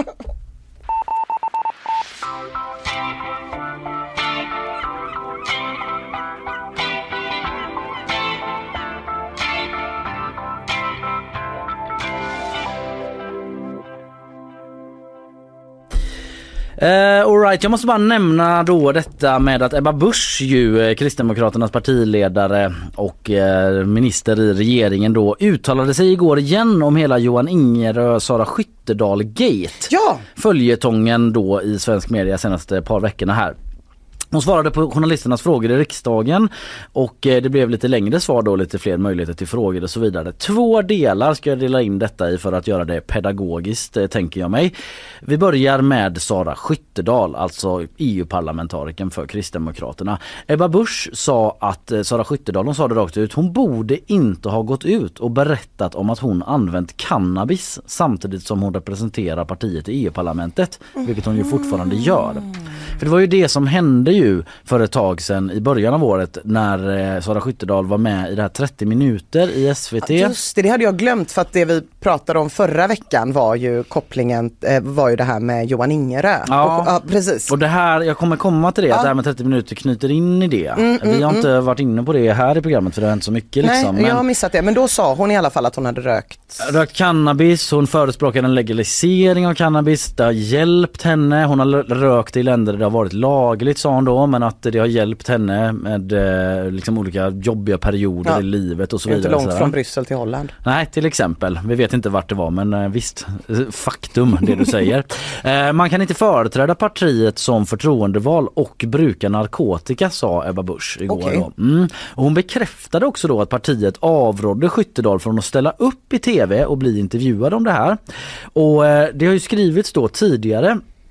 S2: All right, jag måste bara nämna då detta med att Ebba Busch, ju Kristdemokraternas partiledare och minister i regeringen, då uttalade sig igår igen om hela Johan Ingerö Sara Skyttedal-gate. Ja! Följetongen då i svensk media senaste par veckorna här. Hon svarade på journalisternas frågor i riksdagen och det blev lite längre svar då, lite fler möjligheter till frågor och så vidare. 2 delar ska jag dela in detta i för att göra det pedagogiskt, tänker jag mig. Vi börjar med Sara Skyttedal, alltså EU-parlamentarikern för Kristdemokraterna. Ebba Busch sa att Sara Skyttedal, hon sa det rakt ut, hon borde inte ha gått ut och berättat om att hon använt cannabis samtidigt som hon representerar partiet i EU-parlamentet, vilket hon ju fortfarande gör. För det var ju det som hände ju för ett tag sedan i början av året när Sara Skyttedal var med i det här 30 minuter i SVT.
S3: Just det hade jag glömt, för att det vi pratade om förra veckan var ju kopplingen, var ju det här med Johan Ingerö.
S2: Ja,
S3: precis.
S2: Och det här, jag kommer komma till det, att det här med 30 minuter knyter in i det. Vi har inte varit inne på det här i programmet för det har inte så mycket.
S3: Nej, jag har missat det, men då sa hon i alla fall att hon hade rökt
S2: cannabis, hon förespråkade en legalisering av cannabis, det har hjälpt henne, hon har rökt i länder där det har varit lagligt, sa hon då, men att det har hjälpt henne med liksom olika jobbiga perioder i livet och så vidare.
S3: Inte långt från Bryssel till Holland.
S2: Nej, till exempel. Vi vet inte vart det var, men visst, faktum det du säger. Man kan inte företräda partiet som förtroendeval och bruka narkotika, sa Ebba Busch igår. Då. Och hon bekräftade också då att partiet avrådde Skyttedal från att ställa upp i tv och bli intervjuad om det här. Och det har ju skrivits då tidigare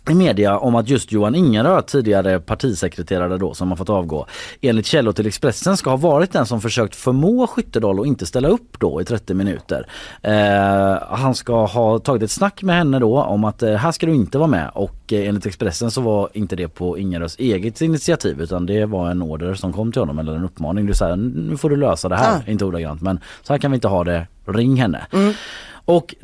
S2: i media om att just Johan Ingerö, tidigare partisekreterare då, som har fått avgå, enligt källor till Expressen ska ha varit den som försökt förmå Skyttedal att inte ställa upp då i 30 minuter. Han ska ha tagit ett snack med henne då om att här ska du inte vara med, och enligt Expressen så var inte det på Ingerös eget initiativ, utan det var en order som kom till honom, eller en uppmaning. Du säger, nu får du lösa det här, inte ordagrant, men så här kan vi inte ha det, ring henne. Och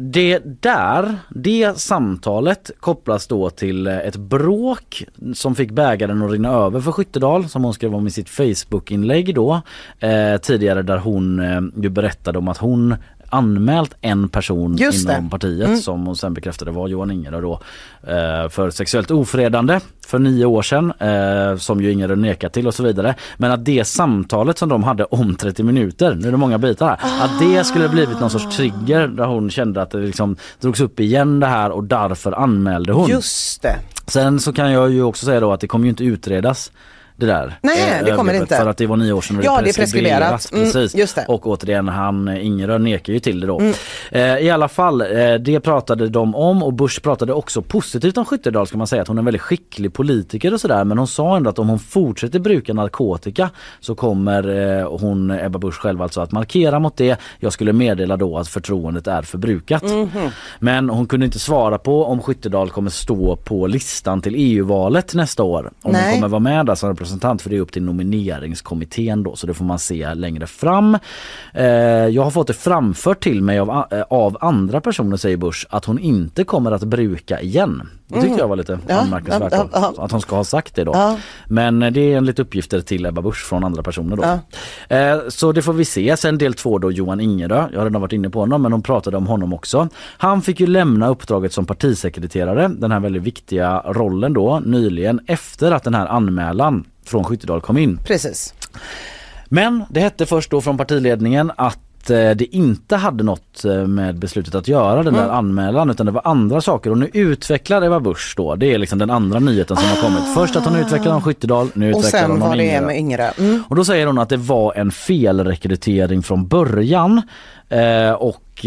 S2: det samtalet kopplas då till ett bråk som fick bägaren att rinna över för Skyttedal, som hon skrev om i sitt Facebook-inlägg då tidigare, där hon ju berättade om att hon anmält en person inom partiet som hon sen bekräftade var Johan Ingerö då, för sexuellt ofredande för 9 år sedan, som ju Ingerö nekat till och så vidare. Men att det samtalet som de hade om 30 minuter, nu är det många bitar här, att det skulle blivit någon sorts trigger där hon kände att det liksom drogs upp igen det här, och därför anmälde hon.
S3: Just det.
S2: Sen så kan jag ju också säga då att det kommer ju inte utredas det där.
S3: Nej, det kommer det inte.
S2: För att det var 9 år sedan och
S3: det är preskriberat.
S2: Precis.
S3: Just det.
S2: Och återigen, Ingerö nekar ju till det då. I alla fall, det pratade de om, och Busch pratade också positivt om Skyttedal, ska man säga, att hon är en väldigt skicklig politiker och sådär, men hon sa ändå att om hon fortsätter bruka narkotika så kommer hon, Ebba Busch själv alltså, att markera mot det. Jag skulle meddela då att förtroendet är förbrukat. Men hon kunde inte svara på om Skyttedal kommer stå på listan till EU-valet nästa år. Om hon kommer vara med där som representant, för det är upp till nomineringskommittén då, så det får man se längre fram. Jag har fått det framfört till mig av andra personer, säger Busch, att hon inte kommer att bruka igen. Det tyckte jag var lite anmärkningsvärt att hon ska ha sagt det då. Men det är enligt uppgifter till Ebba Busch från andra personer då. Så det får vi se. Sen del 2 då, Johan Ingerö. Jag har redan varit inne på honom, men de pratade om honom också. Han fick ju lämna uppdraget som partisekreterare, den här väldigt viktiga rollen då, nyligen, efter att den här anmälan från Skyttedal kom in.
S3: Precis.
S2: Men det hette först då från partiledningen att det inte hade något med beslutet att göra, den där anmälan, utan det var andra saker. Och nu utvecklar Ebba Busch då, det är liksom den andra nyheten som har kommit. Först att hon utvecklar om Skyttedal, nu utvecklar hon om Ingerö.
S3: Med Ingerö.
S2: Och då säger hon att det var en felrekrytering från början, och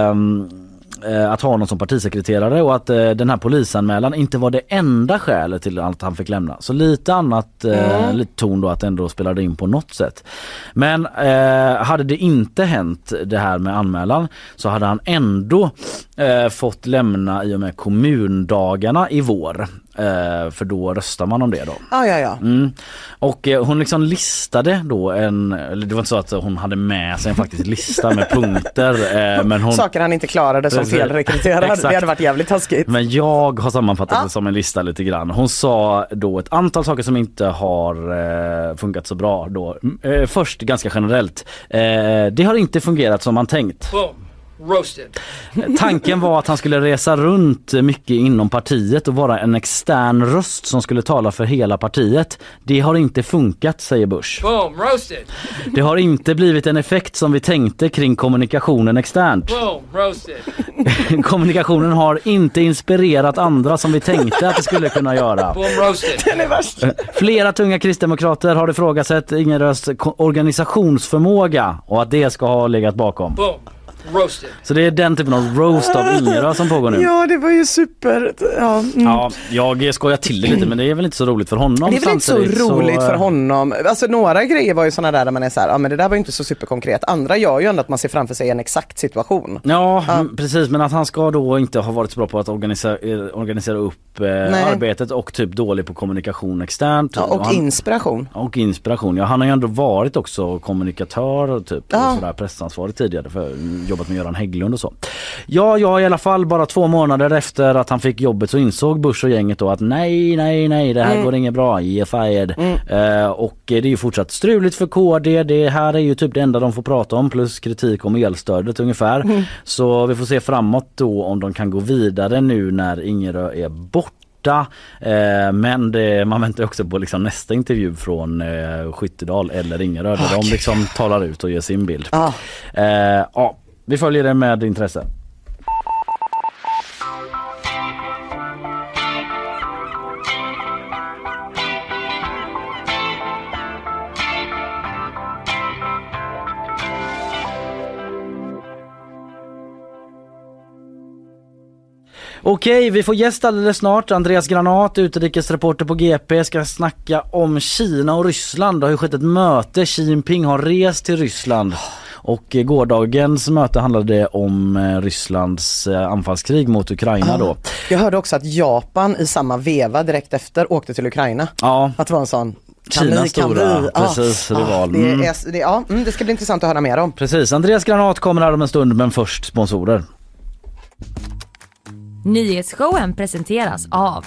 S2: att ha någon som partisekreterare, och att den här polisanmälan inte var det enda skälet till att han fick lämna. Så lite annat, lite ton då, att ändå spelade in på något sätt. Men hade det inte hänt det här med anmälan, så hade han ändå fått lämna i och med kommundagarna i vår. För då röstar man om det då. Och hon liksom listade då eller det var inte så att hon hade med sig en faktisk lista med punkter, men hon,
S3: saker han inte klarade som felrekryterad. Det hade varit jävligt taskigt.
S2: Men jag har sammanfattat det som en lista lite grann. Hon sa då ett antal saker som inte har funkat så bra då. Först ganska generellt. Det har inte fungerat som man tänkt.
S8: Roasted.
S2: Tanken var att han skulle resa runt mycket inom partiet och vara en extern röst som skulle tala för hela partiet. Det har inte funkat, säger Busch.
S8: Boom, roasted.
S2: Det har inte blivit en effekt som vi tänkte kring kommunikationen externt.
S8: Boom, roasted.
S2: Kommunikationen har inte inspirerat andra som vi tänkte att det skulle kunna göra.
S8: Boom, roasted.
S3: Den är värst.
S2: Flera tunga kristdemokrater har ifrågasatt Ingerös organisationsförmåga och att det ska ha legat bakom.
S8: Boom. Roasted.
S2: Så det är den typen av roast av Ingerö som pågår nu.
S3: Ja, det var ju super.
S2: Ja, jag skojar till det lite, men det är väl inte så roligt för honom.
S3: Det är väl inte så roligt för honom. Alltså några grejer var ju såna där man är så här, men det där var ju inte så superkonkret. Andra gör ju ändå att man ser framför sig en exakt situation.
S2: Ja, precis, men att han ska då inte ha varit så bra på att organisera upp arbetet, och typ dålig på kommunikation externt.
S3: Ja, och inspiration.
S2: Och inspiration. Ja, han har ju ändå varit också kommunikatör typ, och sådär, pressansvarig tidigare för jobbat med Göran Hägglund och så. Ja, i alla fall bara 2 månader efter att han fick jobbet så insåg Busch och gänget då att nej, det här går inget bra, fired. Och det är ju fortsatt struligt för KD. Det här är ju typ det enda de får prata om, plus kritik om elstödet ungefär. Så vi får se framåt då om de kan gå vidare nu när Ingerö är borta. Men man väntar också på liksom nästa intervju från Skyttedal eller Ingerö där de liksom talar ut och ger sin bild. Vi följer det med intresse. Okej, vi får gäst alldeles snart. Andreas Granat, utrikesreporter på GP, ska snacka om Kina och Ryssland. Det har ju skett ett möte. Xi Jinping har rest till Ryssland. Och gårdagens möte handlade om Rysslands anfallskrig mot Ukraina då.
S3: Jag hörde också att Japan i samma veva direkt efter åkte till Ukraina.
S2: Ja.
S3: Att det var en sån...
S2: Kinas stora, precis, rival.
S3: Det ska bli intressant att höra mer om.
S2: Precis, Andreas Granat kommer här om en stund, men först sponsorer.
S1: Nyhetsshowen presenteras av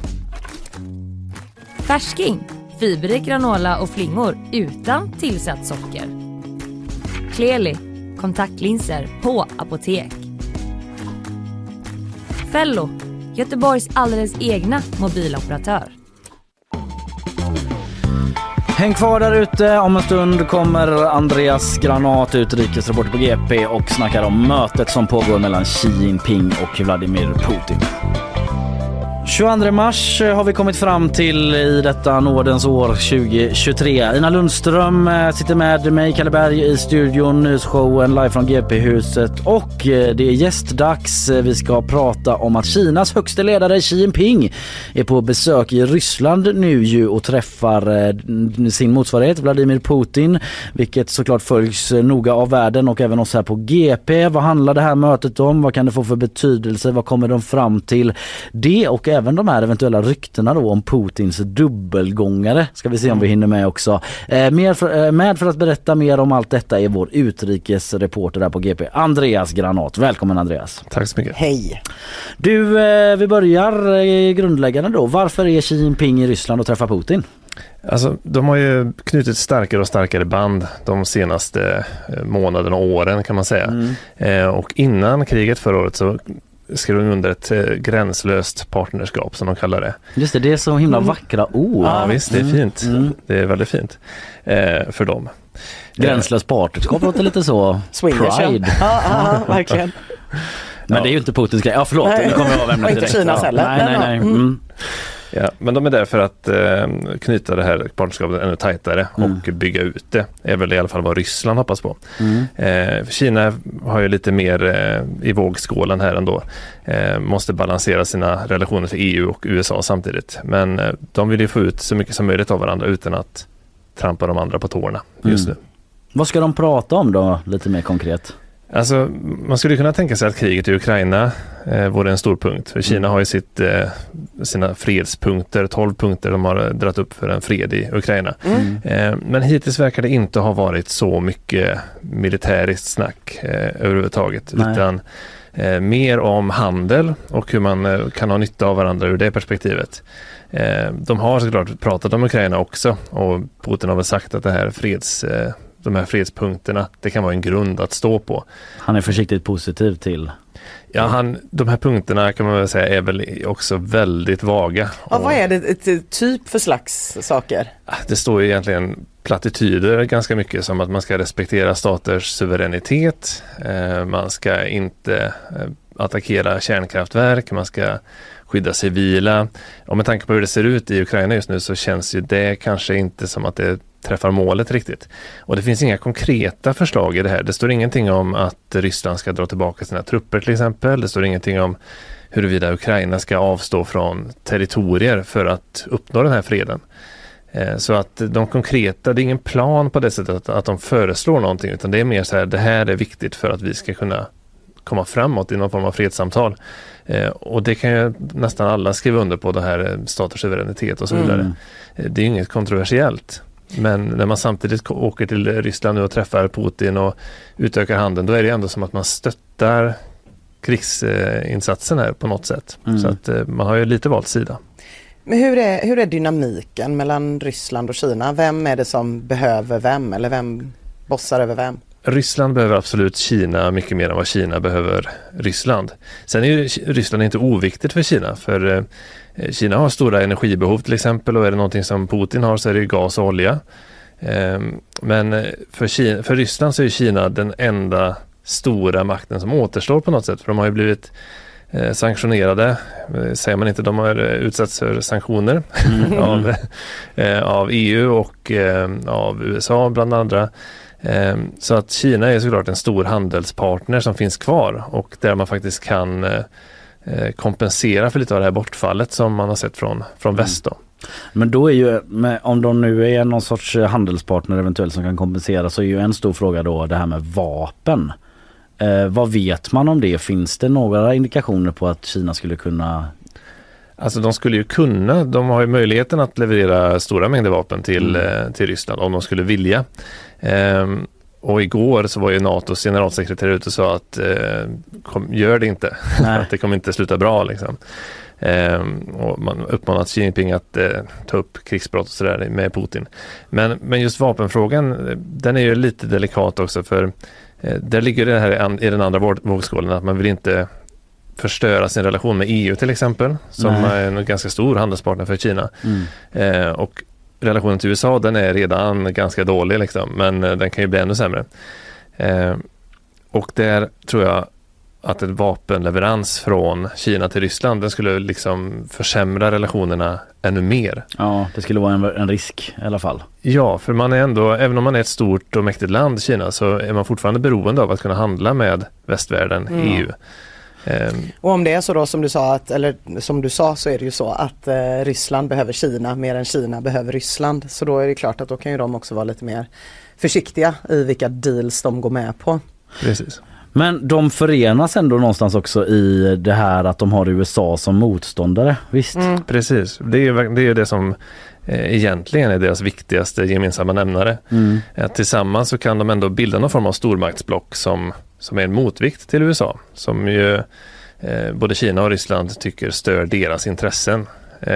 S1: Färsking, fiberrik granola och flingor utan tillsatt socker. Clearly, kontaktlinser på apotek. Fello, Göteborgs alldeles egna mobiloperatör.
S2: Häng kvar där ute, om en stund kommer Andreas Granat, utrikesreporter på GP, och snackar om mötet som pågår mellan Xi Jinping och Vladimir Putin. 22 mars har vi kommit fram till i detta nådens år 2023. Ina Lundström sitter med mig, Kalle Berg, i studion, nyhetsshowen live från GP-huset, och det är gästdags. Vi ska prata om att Kinas högsta ledare Xi Jinping är på besök i Ryssland nu ju och träffar sin motsvarighet Vladimir Putin, vilket såklart följs noga av världen och även oss här på GP. Vad handlar det här mötet om? Vad kan det få för betydelse? Vad kommer de fram till? Det och även de här eventuella ryktena då om Putins dubbelgångare ska vi se om vi hinner med också. Med för att berätta mer om allt detta är vår utrikesreporter där på GP, Andreas Granat. Välkommen Andreas.
S9: Tack så mycket.
S3: Hej.
S2: Du, vi börjar grundläggande då. Varför är Xi Jinping i Ryssland och träffar Putin?
S9: Alltså, de har ju knutit starkare och starkare band de senaste månaderna och åren kan man säga. Och innan kriget förra året så skrev de under ett gränslöst partnerskap som de kallar det.
S2: Just det, det är så himla vackra ord.
S9: Ja visst, det är fint. Det är väldigt fint för dem.
S2: Gränslöst partnerskap låter lite så Pride.
S3: Ja, verkligen.
S2: Men det är ju inte Putins grej. Ja, förlåt. Nu kommer jag av ämnet direkt.
S3: Inte Kinas heller.
S2: Nej.
S9: Ja, men de är där för att knyta det här partnerskapet ännu tajtare och bygga ut det. Är väl i alla fall vad Ryssland hoppas på. Kina har ju lite mer i vågskålen här ändå. Måste balansera sina relationer till EU och USA samtidigt. Men de vill ju få ut så mycket som möjligt av varandra utan att trampa de andra på tårna just nu. Vad
S2: ska de prata om då, lite mer konkret?
S9: Alltså, man skulle kunna tänka sig att kriget i Ukraina vore en stor punkt. För Kina har ju sina fredspunkter, 12 punkter de har dratt upp för en fred i Ukraina. Men hittills verkar det inte ha varit så mycket militäriskt snack överhuvudtaget. Nej. Utan mer om handel och hur man kan ha nytta av varandra ur det perspektivet. De har såklart pratat om Ukraina också, och Putin har väl sagt att det här de här fredspunkterna, det kan vara en grund att stå på.
S2: Han är försiktigt positiv till.
S9: Ja, de här punkterna kan man väl säga är väl också väldigt vaga.
S3: Ja, vad är det typ för slags saker?
S9: Det står ju egentligen plattityder ganska mycket, som att man ska respektera staters suveränitet, man ska inte attackera kärnkraftverk, man ska skydda civila. Och med tanke på hur det ser ut i Ukraina just nu så känns ju det kanske inte som att det träffar målet riktigt. Och det finns inga konkreta förslag i det här. Det står ingenting om att Ryssland ska dra tillbaka sina trupper till exempel. Det står ingenting om huruvida Ukraina ska avstå från territorier för att uppnå den här freden. Så att de konkreta, det är ingen plan på det sättet att de föreslår någonting, utan det är mer så här, det här är viktigt för att vi ska kunna komma framåt i någon form av fredssamtal. Och det kan ju nästan alla skriva under på, det här staters suveränitet och så vidare. Det är inget kontroversiellt. Men när man samtidigt åker till Ryssland nu och träffar Putin och utökar handeln, då är det ändå som att man stöttar krigsinsatsen här på något sätt. Så att man har ju lite valt sida.
S3: Men hur är dynamiken mellan Ryssland och Kina? Vem är det som behöver vem, eller vem bossar över vem?
S9: Ryssland behöver absolut Kina mycket mer än vad Kina behöver Ryssland. Sen är ju Ryssland inte oviktigt för Kina, för Kina har stora energibehov till exempel, och är det någonting som Putin har så är det gas och olja. Men för Ryssland så är Kina den enda stora makten som återstår på något sätt, för de har ju blivit sanktionerade, säger man inte, de har utsatts för sanktioner av EU och av USA bland andra. Så att Kina är såklart en stor handelspartner som finns kvar, och där man faktiskt kan kompensera för lite av det här bortfallet som man har sett från väst då.
S2: Men då är ju, om de nu är någon sorts handelspartner eventuellt som kan kompensera, så är ju en stor fråga då det här med vapen. Vad vet man om det? Finns det några indikationer på att Kina skulle kunna...
S9: Alltså de skulle ju kunna, de har ju möjligheten att leverera stora mängder vapen till Ryssland om de skulle vilja. Och igår så var ju NATOs generalsekreterare ute och sa att gör det inte, att det kommer inte sluta bra liksom. Och man uppmanat Xi Jinping att ta upp krigsbrott och sådär med Putin. Men just vapenfrågan, den är ju lite delikat också, för där ligger det här i den andra vågskålen att man vill inte förstöra sin relation med EU till exempel, som är en ganska stor handelspartner för Kina. Och relationen till USA, den är redan ganska dålig liksom, men den kan ju bli ännu sämre. Och där tror jag att en vapenleverans från Kina till Ryssland, den skulle liksom försämra relationerna ännu mer.
S2: Ja, det skulle vara en risk i alla fall.
S9: Ja, för man är ändå, även om man är ett stort och mäktigt land, Kina, så är man fortfarande beroende av att kunna handla med västvärlden, EU.
S3: Och om det är så då som du sa så är det ju så att Ryssland behöver Kina mer än Kina behöver Ryssland. Så då är det klart att då kan ju de också vara lite mer försiktiga i vilka deals de går med på.
S9: Precis.
S2: Men de förenas ändå någonstans också i det här att de har USA som motståndare, visst?
S9: Precis, det är ju det som egentligen är deras viktigaste gemensamma nämnare. Tillsammans så kan de ändå bilda någon form av stormaktsblock som är en motvikt till USA, som ju både Kina och Ryssland tycker stör deras intressen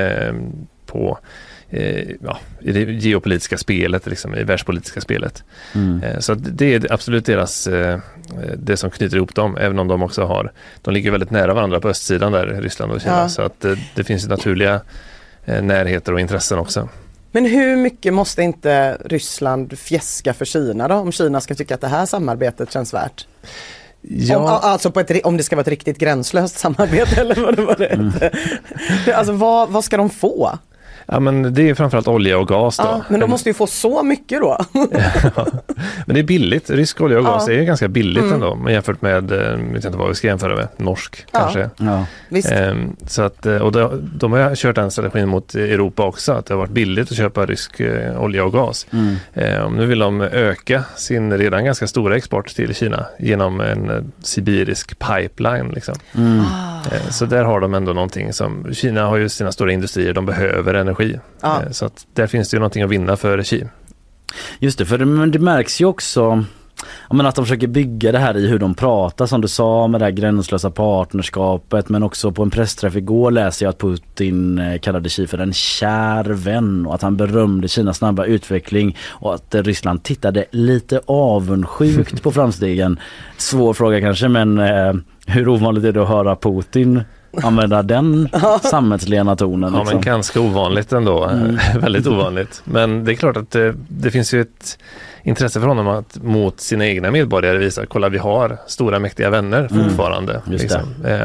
S9: i det geopolitiska spelet, liksom, i världspolitiska spelet. Så det är absolut deras det som knyter ihop dem, även om de också de ligger väldigt nära varandra på östsidan där, Ryssland och Kina, så att det finns naturliga närheter och intressen också.
S3: Men hur mycket måste inte Ryssland fjäska för Kina då, om Kina ska tycka att det här samarbetet känns värt? Ja. Alltså om det ska vara ett riktigt gränslöst samarbete eller vad det är. Alltså vad ska de få?
S9: Ja, men det är framförallt olja och gas då.
S3: Ja, men de måste ju få så mycket då.
S9: Ja, men det är billigt. Rysk olja och gas är ju ganska billigt ändå. Men jämfört med, jag vet inte vad vi ska jämföra med, norsk kanske. Ja,
S3: visst.
S9: Så att, och de har kört den strategin mot Europa också, att det har varit billigt att köpa rysk olja och gas. Nu vill de öka sin redan ganska stora export till Kina genom en sibirisk pipeline liksom. Så där har de ändå någonting som, Kina har ju sina stora industrier, de behöver energi. Så att där finns det ju någonting att vinna för Xi.
S2: Just det, för det märks ju också att de försöker bygga det här i hur de pratar, som du sa, med det här gränslösa partnerskapet, men också på en pressträff igår läser jag att Putin kallade Xi för en kär vän och att han berömde Kinas snabba utveckling och att Ryssland tittade lite avundsjukt på framstegen. Svår fråga kanske, men hur ovanligt är det att höra Putin använda den samhällslena tonen?
S9: Ja, men ganska ovanligt ändå. Väldigt ovanligt. Men det är klart att det finns ju ett intresse för honom att mot sina egna medborgare visa, kolla, vi har stora mäktiga vänner fortfarande. Liksom.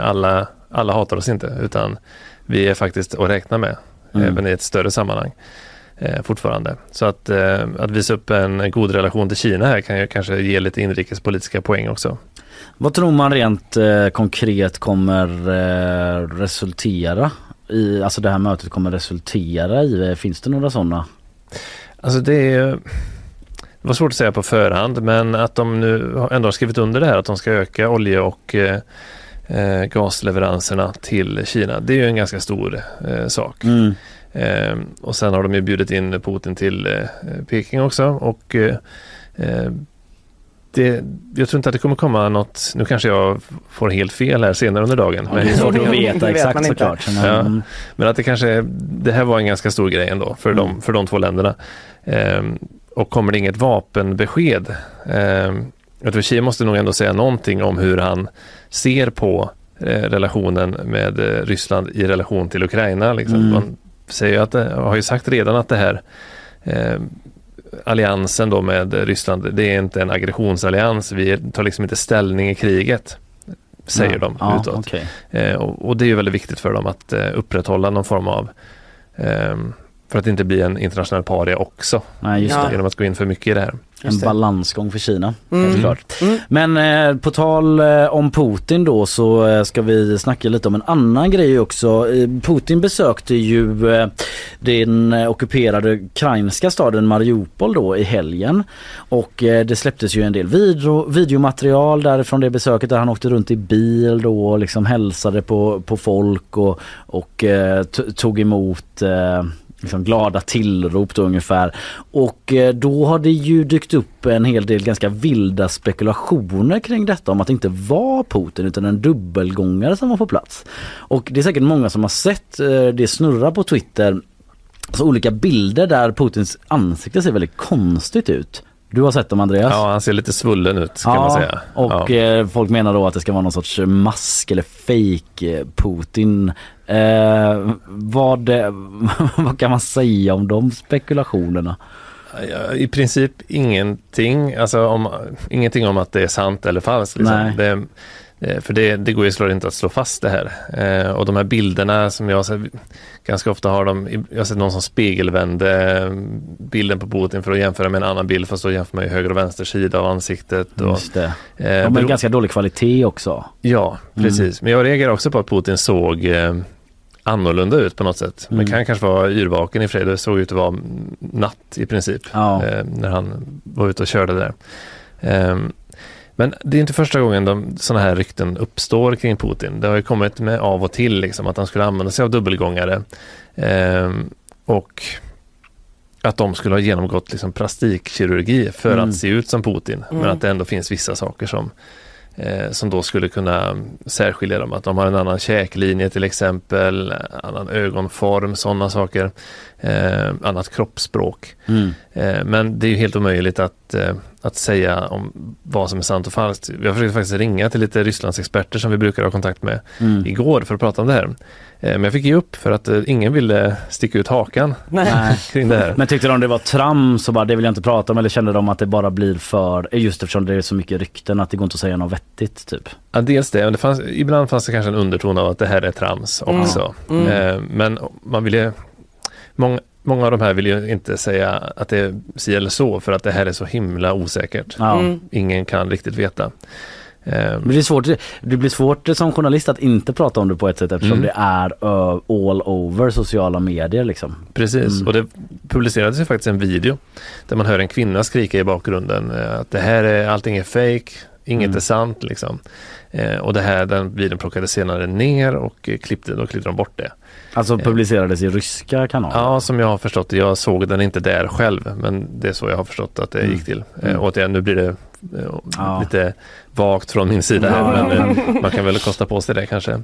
S9: Alla hatar oss inte, utan vi är faktiskt att räkna med även i ett större sammanhang fortfarande. Så att visa upp en god relation till Kina här kan ju kanske ge lite inrikespolitiska poäng också.
S2: Vad tror man rent konkret kommer resultera i, alltså det här mötet kommer resultera i? Finns det några sådana?
S9: Alltså det var svårt att säga på förhand, men att de nu ändå har skrivit under det här att de ska öka olje- och gasleveranserna till Kina. Det är ju en ganska stor sak. Och sen har de ju bjudit in Putin till Peking också, och jag tror inte att det kommer komma något, nu kanske jag får helt fel här senare under dagen.
S2: Men det är svårt att veta exakt såklart.
S9: Men att det här var en ganska stor grej ändå för de två länderna. Och kommer det inget vapenbesked, jag tror Xi måste nog ändå säga någonting om hur han ser på relationen med Ryssland i relation till Ukraina. Liksom. Man säger att har ju sagt redan att det här alliansen då med Ryssland, det är inte en aggressionsallians, vi tar liksom inte ställning i kriget, säger de utåt. Okay. Och det är ju väldigt viktigt för dem att upprätthålla någon form av för att inte bli en internationell paria också.
S2: Nej, just det.
S9: Genom att gå in för mycket i det här.
S2: En balansgång för Kina, helt klart. Men på tal om Putin då, så ska vi snacka lite om en annan grej också. Putin besökte ju den ockuperade ukrainska staden Mariupol då i helgen, och det släpptes ju en del videomaterial därifrån det besöket, där han åkte runt i bil då och liksom hälsade på folk och tog emot liksom glada tillrop då ungefär. Och då har det ju dykt upp en hel del ganska vilda spekulationer kring detta, om att det inte var Putin utan en dubbelgångare som var på plats. Och det är säkert många som har sett det snurra på Twitter, så olika bilder där Putins ansikte ser väldigt konstigt ut. Du har sett dem, Andreas?
S9: Ja, han ser lite svullen ut kan man säga.
S2: Och folk menar då att det ska vara någon sorts mask eller fake Putin. Vad kan man säga om de spekulationerna?
S9: Ja, i princip ingenting. Alltså ingenting om att det är sant eller falskt. Liksom. För det går ju såklart inte att slå fast det här. Och de här bilderna som jag har sett, ganska ofta har jag har sett någon som spegelvände bilden på Putin för att jämföra med en annan bild, fast då jämför man ju höger och vänster sida av ansiktet.
S2: Just det. De har ganska dålig kvalitet också.
S9: Ja, precis. Men jag reagerar också på att Putin såg annorlunda ut på något sätt. Men kan kanske vara yrvaken i fred. Det såg ut att vara natt i princip när han var ute och körde där. Men det är inte första gången sådana här rykten uppstår kring Putin. Det har ju kommit med av och till liksom, att han skulle använda sig av dubbelgångare och att de skulle ha genomgått liksom plastikkirurgi för att se ut som Putin. Men att det ändå finns vissa saker som då skulle kunna särskilja dem. Att de har en annan käklinje till exempel, annan ögonform, sådana saker, annat kroppsspråk. Men det är ju helt omöjligt att säga om vad som är sant och falskt. Jag försökte faktiskt ringa till lite Rysslands experter som vi brukar ha kontakt med igår för att prata om det här. Men jag fick ge upp för att ingen ville sticka ut hakan kring det här.
S2: Men tyckte de det var trams så bara, det vill jag inte prata om, eller kände de att det bara blir för, just eftersom det är så mycket rykten att det går inte att säga något vettigt typ?
S9: Ja, dels det. Men ibland fanns det kanske en underton av att det här är trams också. Men man vill ju, många av de här vill ju inte säga att det är si eller så, för att det här är så himla osäkert. Ingen kan riktigt veta.
S2: Det blir svårt som journalist att inte prata om det på ett sätt, eftersom det är all over sociala medier liksom.
S9: Precis, och det publicerades ju faktiskt en video där man hör en kvinna skrika i bakgrunden att det här är, allting är fake, inget är sant liksom. Och den videon plockades senare ner och klippte de bort det.
S2: Alltså publicerades i ryska kanaler?
S9: Ja, som jag har förstått det. Jag såg den inte där själv, men det är så jag har förstått att det gick till. Och nu blir det lite vagt från min sida här, men man kan väl kosta på sig det kanske.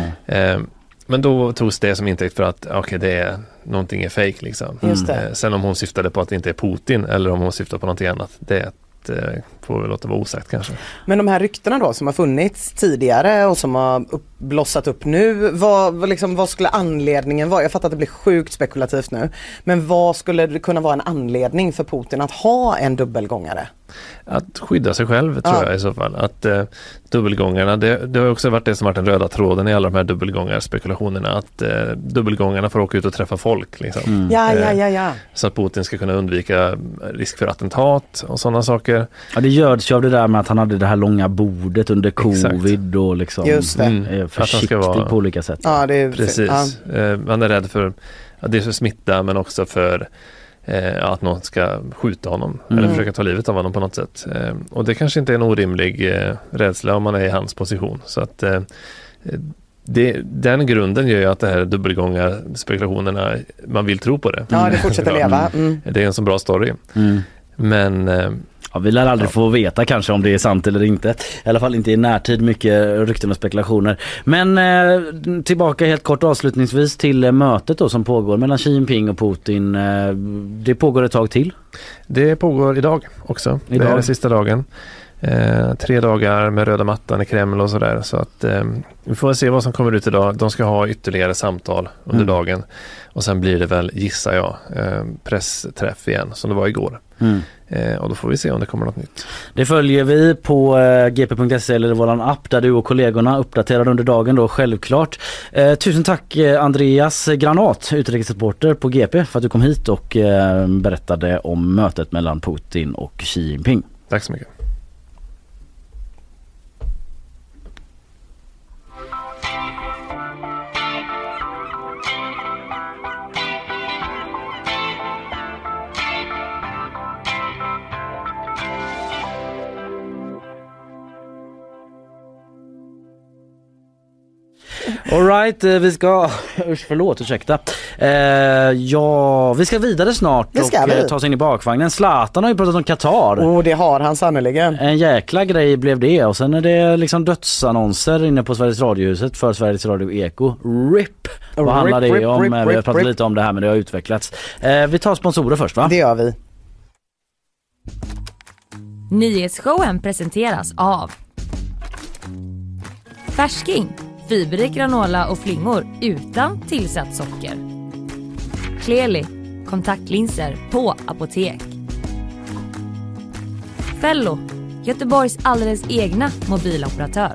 S9: Men då togs det som intäkt för att någonting är fake liksom. Sen om hon syftade på att det inte är Putin eller om hon syftar på någonting annat, det får väl låta vara osagt kanske.
S3: Men de här ryktena då som har funnits tidigare och som har blossat upp nu, vad skulle anledningen vara? Jag fattar att det blir sjukt spekulativt nu, men vad skulle det kunna vara en anledning för Putin att ha en dubbelgångare?
S9: Att skydda sig själv tror jag i så fall. Att dubbelgångarna, det har också varit det som varit den röda tråden i alla de här dubbelgångarspekulationerna, att dubbelgångarna får åka ut och träffa folk liksom. Så att Putin ska kunna undvika risk för attentat och sådana saker.
S2: Ja, det görs ju av det där med att han hade det här långa bordet under covid och liksom försiktig på olika sätt.
S3: Ja, det är
S9: precis. Man är rädd för att det är för smitta, men också för att någon ska skjuta honom eller försöka ta livet av honom på något sätt. Och det kanske inte är en orimlig rädsla om man är i hans position. Så att den grunden gör ju att det här dubbelgångarspekulationerna, man vill tro på det.
S3: Ja, det fortsätter leva.
S9: Det är en så bra story. Men
S2: vi lär aldrig få veta kanske om det är sant eller inte. I alla fall inte i närtid, mycket rykten och spekulationer. Men tillbaka helt kort avslutningsvis till mötet då som pågår mellan Xi Jinping och Putin. Det pågår ett tag till.
S9: Det pågår idag också. Det är sista dagen. 3 dagar med röda mattan i Kreml och sådär. Så att vi får se vad som kommer ut idag. De ska ha ytterligare samtal under dagen. Och sen blir det väl, gissar jag, pressträff igen som det var igår. Och då får vi se om det kommer något nytt.
S2: Det följer vi på gp.se eller våran app där du och kollegorna uppdaterar under dagen då, självklart. Tusen tack Andreas Granat, utrikesreporter på GP, för att du kom hit och berättade om mötet mellan Putin och Xi Jinping.
S9: Tack så mycket.
S2: All right, vi ska ursäkta. Vi ska vidare snart och ta oss in i bakvagnen. Zlatan har ju pratat om Qatar.
S3: Det har han sannoliken.
S2: En jäkla grej blev det, och sen är det liksom dödsannonser inne på Sveriges Radiohuset för Sveriges Radio Eko. RIP. Vad handlar det om? Vi har pratat lite om det här, men det har utvecklats. Vi tar sponsorer först, va?
S3: Det gör vi.
S1: Nyhetsshowen presenteras av Färsking, fiberrik granola och flingor utan tillsatt socker. Clearly, kontaktlinser på apotek. Fello, Göteborgs alldeles egna mobiloperatör.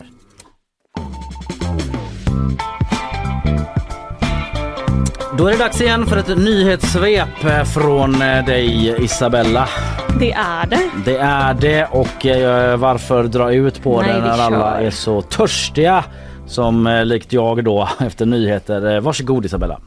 S2: Då är det dags igen för ett nyhetssvep från dig, Isabella.
S7: Det är det.
S2: Det är det, och varför dra ut på det när alla är så törstiga som likt jag då efter nyheter. Varsågod Isabella.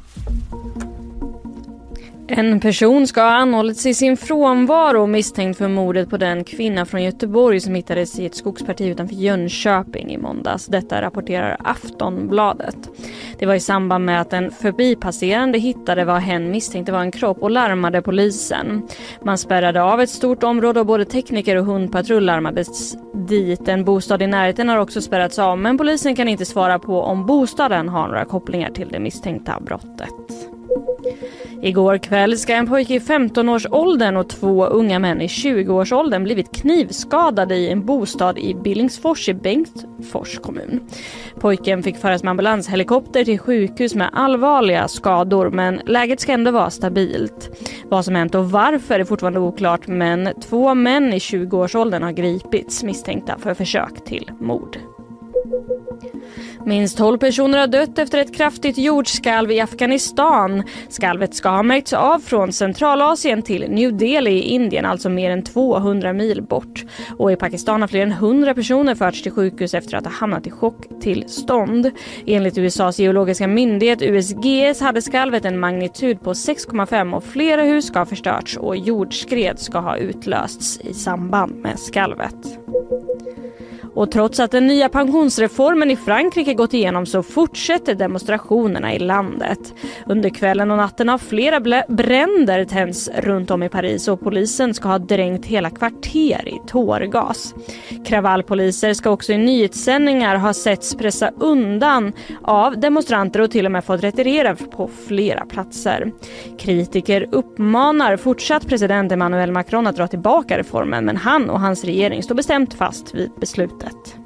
S7: En person ska ha anhållits i sin frånvaro misstänkt för mordet på den kvinna från Göteborg som hittades i ett skogsparti utanför Jönköping i måndags. Detta rapporterar Aftonbladet. Det var i samband med att en förbipasserande hittade vad hen misstänkte var en kropp och larmade polisen. Man spärrade av ett stort område och både tekniker och hundpatrull larmades dit. En bostad i närheten har också spärrats av, men polisen kan inte svara på om bostaden har några kopplingar till det misstänkta brottet. Igår kväll ska en pojke i 15-årsåldern och 2 unga män i 20-årsåldern blivit knivskadade i en bostad i Billingsfors i Bengtsfors kommun. Pojken fick föras med ambulanshelikopter till sjukhus med allvarliga skador, men läget ska ändå vara stabilt. Vad som hänt och varför är fortfarande oklart, men 2 män i 20-årsåldern har gripits misstänkta för försök till mord. Minst 12 personer har dött efter ett kraftigt jordskalv i Afghanistan. Skalvet ska ha märkts av från Centralasien till New Delhi i Indien, alltså mer än 200 mil bort. Och i Pakistan har fler än 100 personer förts till sjukhus efter att ha hamnat i chocktillstånd. Enligt USAs geologiska myndighet USGS hade skalvet en magnitud på 6,5 och flera hus ska ha förstörts och jordskred ska ha utlösts i samband med skalvet. Och trots att den nya pensionsreformen i Frankrike gått igenom så fortsätter demonstrationerna i landet. Under kvällen och natten har flera bränder tänds runt om i Paris och polisen ska ha drängt hela kvarter i tårgas. Kravallpoliser ska också i nyhetssändningar ha setts pressa undan av demonstranter och till och med fått retirera på flera platser. Kritiker uppmanar fortsatt president Emmanuel Macron att dra tillbaka reformen, men han och hans regering står bestämt fast vid beslutet.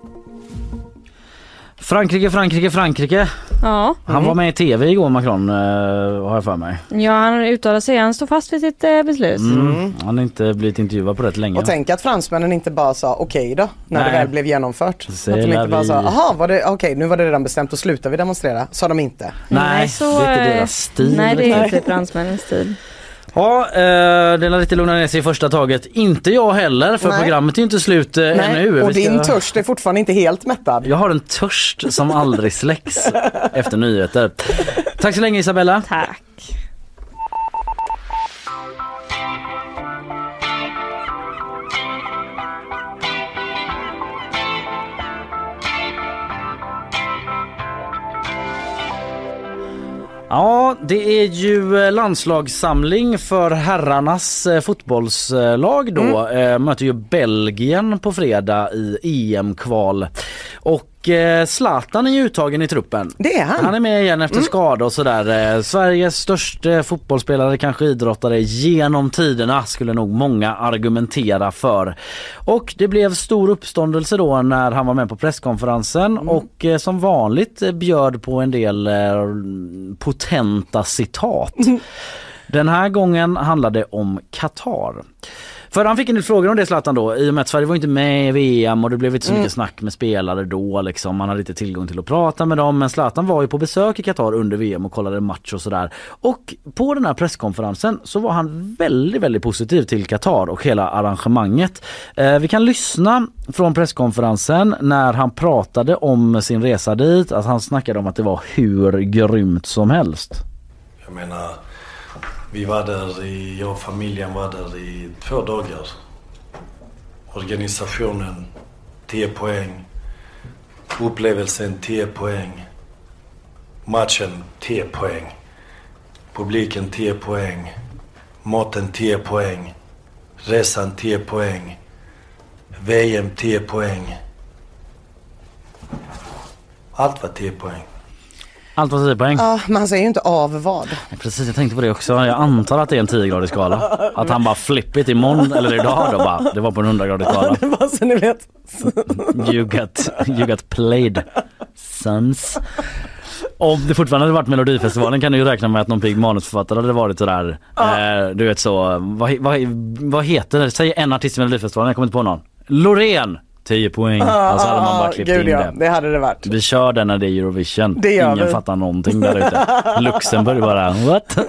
S2: Frankrike.
S7: Ja.
S2: Han var med i tv igår, Macron, har jag för mig.
S7: Ja, han uttalar sig. Han står fast vid sitt beslut.
S2: Han har inte blivit intervjuad på rätt länge.
S3: Och tänk att fransmännen inte bara sa okej då, när det väl blev genomfört. Att de inte bara sa, aha, nu var det redan bestämt och slutar vi demonstrera. Sa de inte.
S2: Nej,
S7: så,
S2: det är inte deras stil.
S7: Nej, det är inte fransmännens stil.
S2: Ja, den har lite lugnat ner sig i första taget. Inte jag heller, för programmet är inte slut ännu.
S3: Och din törst är fortfarande inte helt mättad.
S2: Jag har en törst som aldrig släcks efter nyheter. Tack så länge, Isabella.
S7: Tack.
S2: Ja, det är ju landslagssamling för herrarnas fotbollslag då. Möter ju Belgien på fredag i EM-kval. Och Zlatan är ju uttagen i truppen.
S3: Det är han.
S2: Han är med igen efter skada och sådär. Sveriges största fotbollsspelare, kanske idrottare genom tiderna, skulle nog många argumentera för. Och det blev stor uppståndelse då när han var med på presskonferensen och som vanligt bjöd på en del potenta citat. Den här gången handlade det om Qatar. För han fick en del frågor om det, Zlatan, då, i och med att Sverige var inte med i VM och det blev inte så mycket snack med spelare då liksom. Man hade inte tillgång till att prata med dem, men Zlatan var ju på besök i Qatar under VM och kollade match och sådär. Och på den här presskonferensen så var han väldigt, väldigt positiv till Qatar och hela arrangemanget. Vi kan lyssna från presskonferensen när han pratade om sin resa dit, att han snackade om att det var hur grymt som helst.
S10: Jag menar, vi var där jag och familjen var där i 2 dagar. Organisationen 10 poäng. Upplevelsen 10 poäng. Matchen 10 poäng. Publiken 10 poäng. Maten 10 poäng. Resan 10 poäng. VM 10 poäng. Allt var 10 poäng.
S2: Allt var 10 poäng.
S3: Ja, man säger ju inte av vad.
S2: Precis, jag tänkte på det också. Jag antar att det är en 10-gradig skala. Att han bara flippit imorgon eller idag då bara. Det var på en 100-gradig skala.
S3: Det var så ni vet.
S2: You got played, sons. Om det fortfarande hade varit Melodifestivalen kan du ju räkna med att någon pigg manusförfattare hade varit sådär. Du vet så, vad heter det? Säg en artist i Melodifestivalen, jag kommer inte på någon. Loreen! 10 poäng. Alltså hade man bara klippt in det.
S3: Det hade det varit.
S2: Vi kör den när det är Eurovision.
S3: Det gör
S2: Ingen
S3: vi.
S2: fattar någonting där ute. Luxemburg bara, what?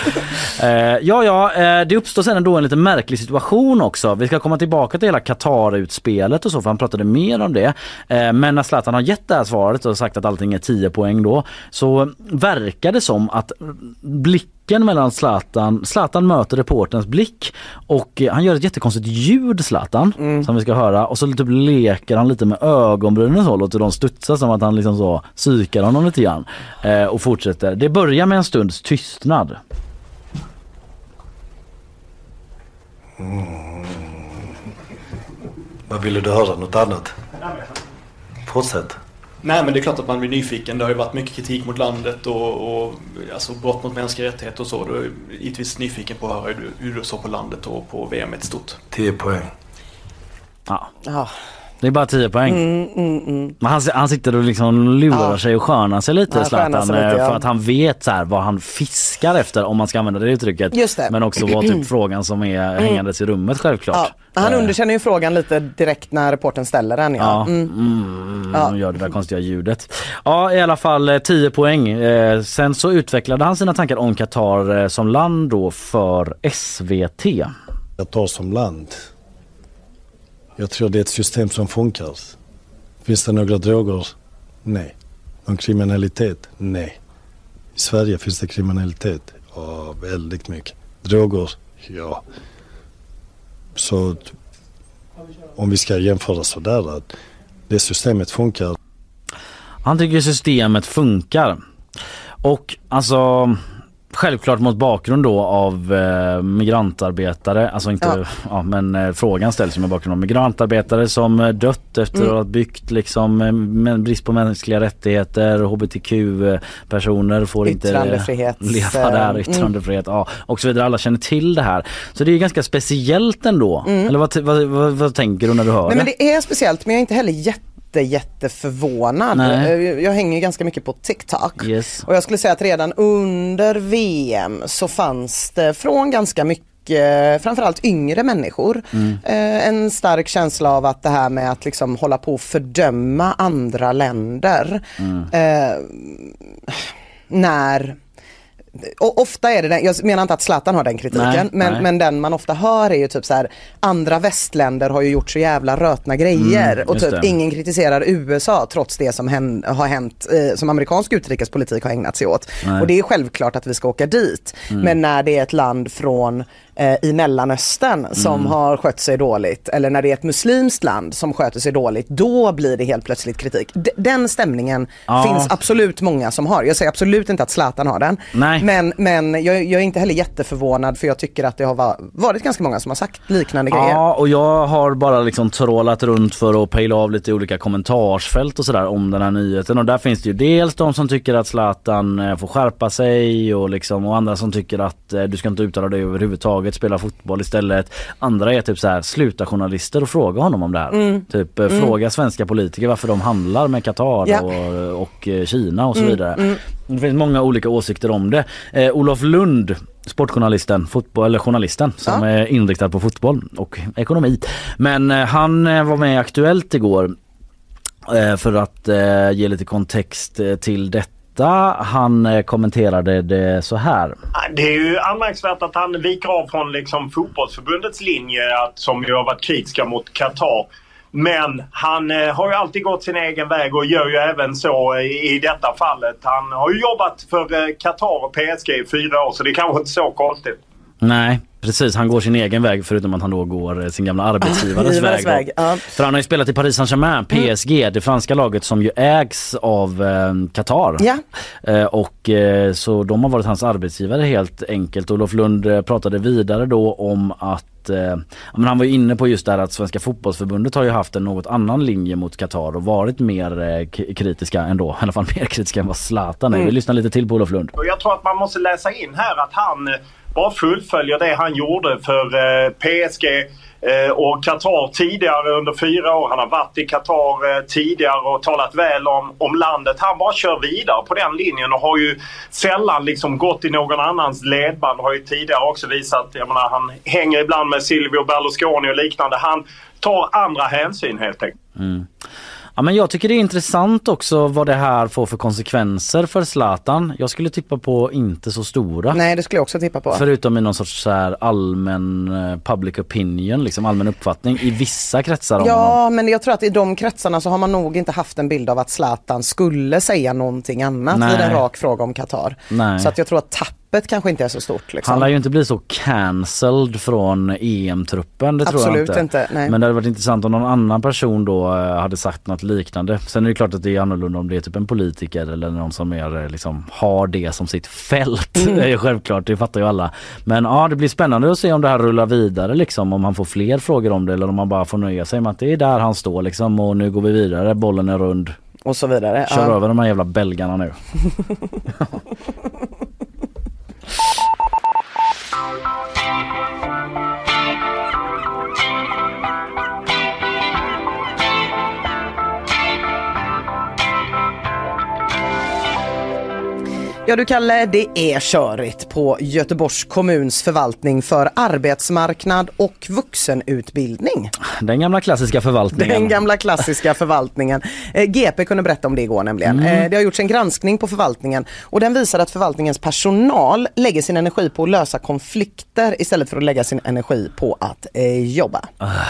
S2: Det uppstår sen ändå en lite märklig situation också. Vi ska komma tillbaka till hela Qatar-utspelet och så, för han pratade mer om det. Men när Zlatan har gett det här svaret och sagt att allting är 10 poäng då, så verkar det som att mellan Zlatan möter reporterns blick och han gör ett jättekonstigt ljud, Zlatan, som vi ska höra, och så typ leker han lite med ögonbrynen så, låter de studsa som att han liksom så psykar honom lite grann och fortsätter. Det börjar med en stunds tystnad.
S10: Vad ville du höra? Något annat? Fortsätt.
S11: Nej, men det är klart att man blir nyfiken. Det har ju varit mycket kritik mot landet och alltså brott mot mänskliga rättigheter och så. Du är givetvis nyfiken på att höra hur du såg på landet och på VM ett stort.
S10: 10 poäng.
S2: Ja. Det är bara 10 poäng. Men han sitter och liksom lurar sig och skönar sig lite, Zlatan, för att han vet så här vad han fiskar efter, om man ska använda det uttrycket. Just det. Men också vad typ frågan som är hängandes i rummet, självklart.
S3: Ja. Han underkänner ju frågan lite direkt när reporten ställer den.
S2: Gör det där konstiga ljudet. Ja, i alla fall 10 poäng. Sen så utvecklade han sina tankar om Qatar som land då för SVT.
S10: Qatar som land. Jag tror det är ett system som funkar. Finns det några droger? Nej. Någon kriminalitet? Nej. I Sverige finns det kriminalitet? Ja, väldigt mycket. Droger? Ja. Så om vi ska jämföra så där, att det systemet funkar.
S2: Han tycker systemet funkar. Och alltså självklart mot bakgrund då av migrantarbetare, alltså inte, men frågan ställs ju med bakgrund av migrantarbetare som dött efter att ha byggt liksom med brist på mänskliga rättigheter, hbtq-personer får inte leva där, yttrandefrihet, och så vidare. Alla känner till det här. Så det är ganska speciellt ändå. Eller vad tänker du när du hör det?
S3: Men det är speciellt, men jag är inte heller jätteförvånad. Jag hänger ganska mycket på TikTok.
S2: Yes.
S3: Och jag skulle säga att redan under VM så fanns det från ganska mycket, framförallt yngre människor, en stark känsla av att det här med att liksom hålla på och fördöma andra länder när... Och ofta är det den, jag menar inte att Zlatan har den kritiken, men den man ofta hör är ju typ så här: andra västländer har ju gjort så jävla rötna grejer och typ ingen kritiserar USA trots det som har hänt, som amerikansk utrikespolitik har ägnat sig åt. Och det är självklart att vi ska åka dit, men när det är ett land från i Mellanöstern som har skött sig dåligt, eller när det är ett muslimskt land som sköter sig dåligt, då blir det helt plötsligt kritik. Den stämningen finns absolut många som har. Jag säger absolut inte att Zlatan har den. Men jag är inte heller jätteförvånad, för jag tycker att det har varit ganska många som har sagt liknande grejer.
S2: Ja, och jag har bara liksom trålat runt för att pejla av lite olika kommentarsfält och sådär om den här nyheten, och där finns det ju dels de som tycker att Zlatan får skärpa sig och andra som tycker att du ska inte uttala dig överhuvudtaget, spela fotboll istället. Andra är typ så här, sluta journalister och fråga honom om det här. Fråga svenska politiker varför de handlar med Qatar och Kina och så vidare. Det finns många olika åsikter om det. Olof Lund sportjournalisten, journalisten som är inriktad på fotboll och ekonomi. Men han var med i Aktuellt igår för att ge lite kontext till detta. Han kommenterade det så här.
S12: Det är ju anmärkningsvärt att han viker av från liksom fotbollsförbundets linje som ju har varit kritiska mot Qatar. Men han har ju alltid gått sin egen väg och gör ju även så i detta fallet. Han har ju jobbat för Qatar och PSG i 4 år, så det kanske inte så konstigt.
S2: Nej, precis. Han går sin egen väg, förutom att han då går sin gamla arbetsgivares väg. För han har ju spelat i Paris Saint-Germain, PSG, det franska laget som ju ägs av Qatar. Och så de har varit hans arbetsgivare helt enkelt. Olof Lund pratade vidare då om att men han var ju inne på just det här att Svenska fotbollsförbundet har ju haft en något annan linje mot Qatar och varit mer kritiska ändå, i alla fall mer kritiska än vad Zlatan är. Vi lyssnar lite till på Olof Lund.
S12: Och jag tror att man måste läsa in här att han bara fullföljer det han gjorde för PSG och Qatar tidigare under 4 år. Han har varit i Qatar tidigare och talat väl om landet. Han bara kör vidare på den linjen och har ju sällan liksom gått i någon annans ledband. Har ju tidigare också visat, jag menar, han hänger ibland med Silvio Berlusconi och liknande. Han tar andra hänsyn helt enkelt.
S2: Ja, men jag tycker det är intressant också vad det här får för konsekvenser för Zlatan. Jag skulle tippa på inte så stora.
S3: Nej, det skulle jag också tippa på.
S2: Förutom i någon sorts så här allmän public opinion, liksom allmän uppfattning i vissa kretsar om honom.
S3: Men jag tror att i de kretsarna så har man nog inte haft en bild av att Zlatan skulle säga någonting annat vid en rak fråga om Qatar. Så att jag tror att tappet kanske inte är så stort. Liksom.
S2: Han lär ju inte bli så cancelled från EM-truppen, det tror jag inte.
S3: Absolut inte. Nej.
S2: Men det hade varit intressant om någon annan person då hade sagt något liknande. Sen är det klart att det är annorlunda om det är typ en politiker eller någon som är, liksom, har det som sitt fält. Det är självklart, det fattar ju alla. Men ja, det blir spännande att se om det här rullar vidare, liksom, om han får fler frågor om det eller om man bara får nöja sig med att det är där han står liksom, och nu går vi vidare, bollen är rund.
S3: Och så vidare.
S2: Kör över de här jävla belgarna nu.
S3: Ja du Kalle, det är körigt på Göteborgs kommuns förvaltning för arbetsmarknad och vuxenutbildning.
S2: Den gamla klassiska förvaltningen. GP kunde berätta om det igår nämligen. Det har gjorts en granskning på förvaltningen och den visar att förvaltningens personal lägger sin energi på att lösa konflikter istället för att lägga sin energi på att jobba.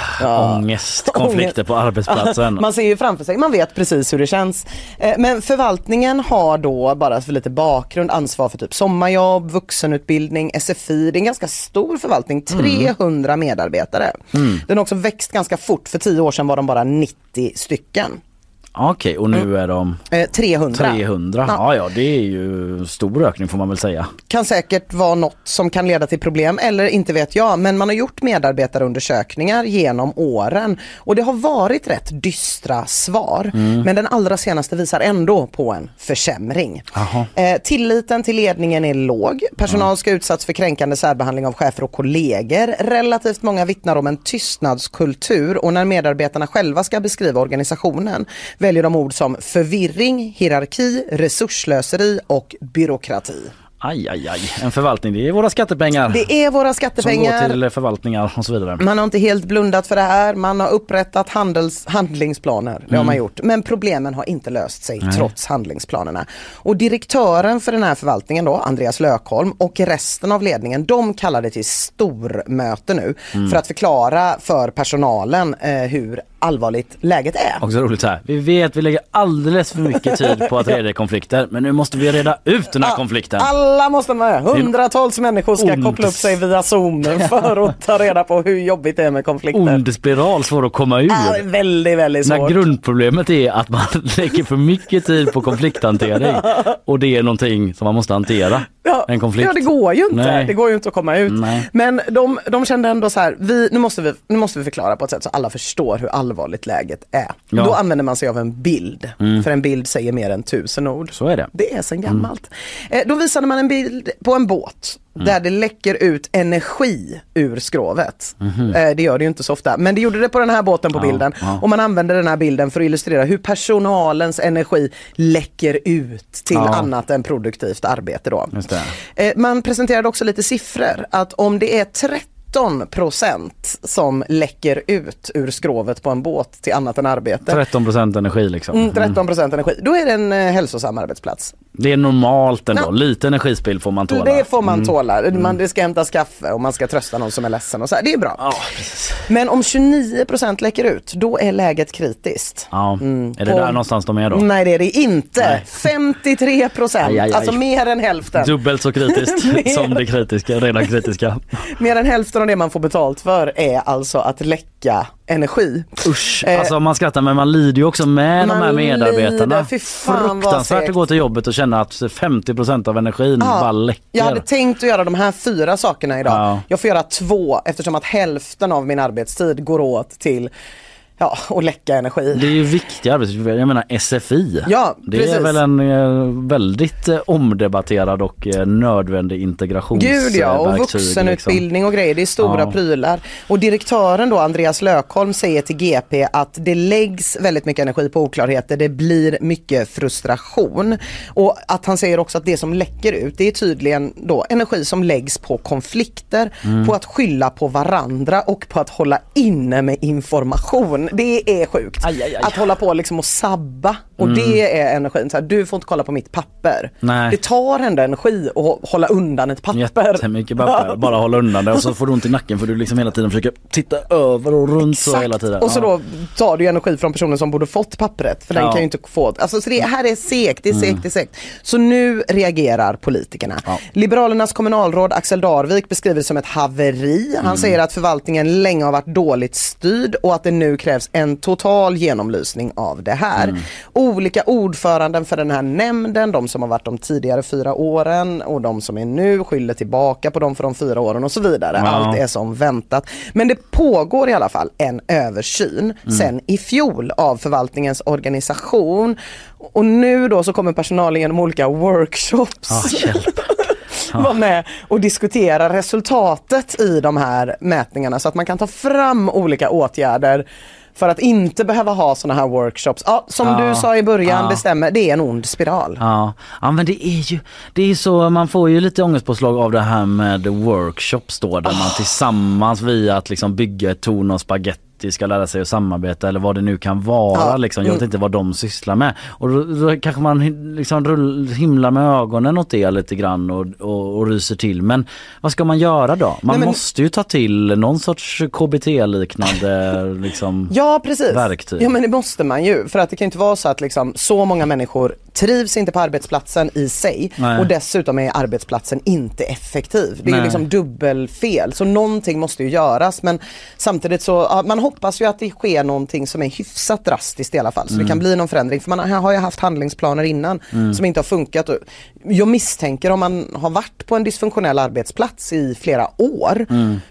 S2: Konflikter på arbetsplatsen.
S3: Man ser ju framför sig, man vet precis hur det känns. Men förvaltningen har då, bara för lite bakgrund, ansvar för typ sommarjobb, vuxenutbildning, SFI. Det är en ganska stor förvaltning, 300 medarbetare. Den har också växt ganska fort. För 10 år sedan var de bara 90 stycken.
S2: Okej, och nu är de
S3: 300.
S2: Ja, det är ju stor ökning får man väl säga.
S3: Kan säkert vara något som kan leda till problem, eller inte vet jag. Men man har gjort medarbetarundersökningar genom åren. Och det har varit rätt dystra svar. Men den allra senaste visar ändå på en försämring. Tilliten till ledningen är låg. Personal ska utsatts för kränkande särbehandling av chefer och kollegor. Relativt många vittnar om en tystnadskultur. Och när medarbetarna själva ska beskriva organisationen väljer de ord som förvirring, hierarki, resurslöseri och byråkrati.
S2: Aj. En förvaltning, det är våra skattepengar.
S3: Det är våra skattepengar.
S2: Som går till förvaltningar och så vidare.
S3: Man har inte helt blundat för det här. Man har upprättat handlingsplaner. Det har man gjort. Men problemen har inte löst sig trots handlingsplanerna. Och direktören för den här förvaltningen då, Andreas Lökholm, och resten av ledningen, de kallade till stormöte nu för att förklara för personalen hur allvarligt läget är.
S2: Också roligt här. Vi vet vi lägger alldeles för mycket tid på att reda konflikter, men nu måste vi reda ut den här konflikten.
S3: Alla måste med. Hundratals människor ska koppla upp sig via Zoom för att ta reda på hur jobbigt det är med konflikter.
S2: Ond spiral svår att komma ur.
S3: Väldigt, väldigt svårt.
S2: När grundproblemet är att man lägger för mycket tid på konflikthantering och det är någonting som man måste hantera. En konflikt.
S3: Ja, det går ju inte.
S2: Nej.
S3: Det går ju inte att komma ut.
S2: Nej.
S3: Men de kände ändå så här, nu måste vi förklara på ett sätt så alla förstår hur allvarligt läget är. Ja. Då använder man sig av en bild. För en bild säger mer än 1000 ord.
S2: Så är det.
S3: Det är sen gammalt. Då visade man en bild på en båt. där det läcker ut energi ur skrovet. Det gör det ju inte så ofta. Men det gjorde det på den här båten på bilden. Och man använder den här bilden för att illustrera hur personalens energi läcker ut till annat än produktivt arbete då.
S2: Just det.
S3: Man presenterade också lite siffror. Att om det är 13% som läcker ut ur skrovet på en båt till annat än arbete.
S2: 13% energi liksom.
S3: 13% energi. Då är det en hälsosam arbetsplats.
S2: Det är normalt ändå. Lite energispill får man tåla.
S3: Det får man tåla. Det ska hämtas kaffe och man ska trösta någon som är ledsen och så här. Det är bra.
S2: Ja, precis.
S3: Men om 29% läcker ut, då är läget kritiskt.
S2: Ja. Är det där någonstans de är då?
S3: Nej, det är det inte. 53%. Alltså mer än hälften.
S2: Dubbelt så kritiskt som det kritiska, redan kritiska.
S3: Mer än hälften av det man får betalt för är alltså att läcka energi.
S2: Usch, alltså man skrattar men man lider ju också med de här medarbetarna. Fruktansvärt att gå till jobbet och känna att 50% av energin bara läcker.
S3: Jag hade tänkt att göra de här 4 sakerna idag. Jag får göra 2 eftersom att hälften av min arbetstid går åt till och läcka energi.
S2: Det är ju viktiga arbetsuppgifter. Jag menar SFI.
S3: Ja,
S2: det
S3: precis.
S2: är väl en väldigt omdebatterad och nödvändig integrationsverktyg.
S3: Och vuxenutbildning liksom. Och grejer. Det är stora prylar. Och direktören då, Andreas Lökholm, säger till GP att det läggs väldigt mycket energi på oklarheter. Det blir mycket frustration. Och att han säger också att det som läcker ut, det är tydligen då energi som läggs på konflikter, på att skylla på varandra och på att hålla inne med information. Det är sjukt. Att hålla på liksom och sabba. Och det är energin. Så här, du får inte kolla på mitt papper.
S2: Nej.
S3: Det tar ändå energi att hålla undan ett papper.
S2: Jättemycket papper. Bara hålla undan det. Och så får du ont i nacken för du liksom hela tiden försöker titta över och runt så hela tiden.
S3: Och så då tar du energi från personen som borde fått pappret. För den kan ju inte få. Alltså, så det här är segt. Det är segt. Så nu reagerar politikerna. Liberalernas kommunalråd Axel Darvik beskriver det som ett haveri. Han säger att förvaltningen länge har varit dåligt styrd och att det nu krävs en total genomlysning av det här. Olika ordföranden för den här nämnden, de som har varit de tidigare 4 åren och de som är nu skyller tillbaka på dem för de 4 åren och så vidare. Allt är som väntat. Men det pågår i alla fall en översyn sen i fjol av förvaltningens organisation. Och nu då så kommer personalen genom olika workshops vara med och diskutera resultatet i de här mätningarna så att man kan ta fram olika åtgärder för att inte behöva ha såna här workshops. Som du sa i början, det stämmer. Det är en ond spiral.
S2: Ja, men det är så, man får ju lite ångestpåslag av det här med workshops då, där man tillsammans via att liksom bygga ett torn och spaghetti ska lära sig att samarbeta eller vad det nu kan vara. Liksom. Jag vet inte vad de sysslar med. Och då kanske man liksom himlar med ögonen åt det lite grann och ryser till. Men vad ska man göra då? Man måste ju ta till någon sorts KBT-liknande liksom, verktyg.
S3: Ja, men det måste man ju. För att det kan inte vara så att liksom, så många människor trivs inte på arbetsplatsen i sig. Och dessutom är arbetsplatsen inte effektiv. Det är ju liksom dubbelfel. Så någonting måste ju göras. Men samtidigt så, man hoppas ju att det sker någonting som är hyfsat drastiskt i alla fall. Så det kan bli någon förändring. För man har ju haft handlingsplaner innan som inte har funkat. Och jag misstänker om man har varit på en dysfunktionell arbetsplats i flera år,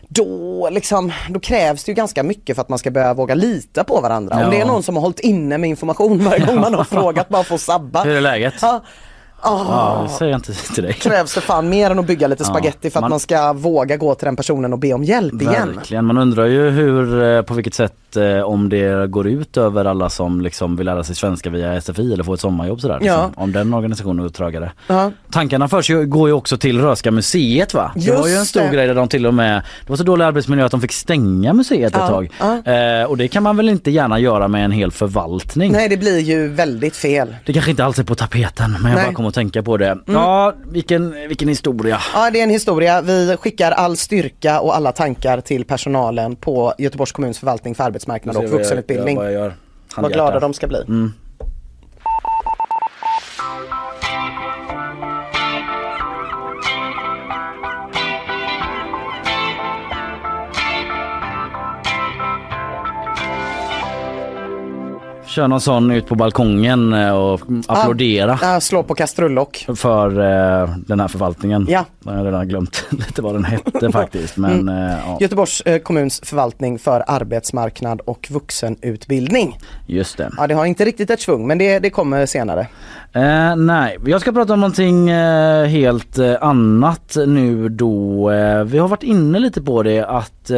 S3: då krävs det ju ganska mycket för att man ska börja våga lita på varandra. Om det är någon som har hållit inne med information varje gång man har frågat, bara få sabba.
S2: Hur är läget?
S3: Det
S2: säger jag inte till dig.
S3: Krävs det fan mer än att bygga lite spaghetti för att man ska våga gå till den personen och be om hjälp igen.
S2: Verkligen, man undrar ju på vilket sätt om det går ut över alla som liksom vill lära sig svenska via SFI eller få ett sommarjobb sådär. Liksom, om den organisationen är trögare. Tankarna först går ju också till Röhsska museet, va? Det var ju en stor grej där de till och med, det var så dålig arbetsmiljö att de fick stänga museet ett tag. Och det kan man väl inte gärna göra med en hel förvaltning.
S3: Nej, det blir ju väldigt fel.
S2: Det kanske inte alls är på tapeten, men jag bara kommer att tänka på det. Ja, vilken historia.
S3: Ja, det är en historia. Vi skickar all styrka och alla tankar till personalen på Göteborgs kommuns förvaltning för arbetsmarknad och vuxenutbildning. Vad glada de ska bli.
S2: Kör någon sån ut på balkongen och applådera.
S3: Ja, slå på kastrullock.
S2: För den här förvaltningen.
S3: Ja.
S2: Jag har redan glömt lite vad den hette faktiskt. Men, ja.
S3: Göteborgs kommuns förvaltning för arbetsmarknad och vuxenutbildning.
S2: Just det.
S3: Ja, det har inte riktigt ett svung, men det kommer senare.
S2: Nej, jag ska prata om någonting helt annat nu då. Vi har varit inne lite på det att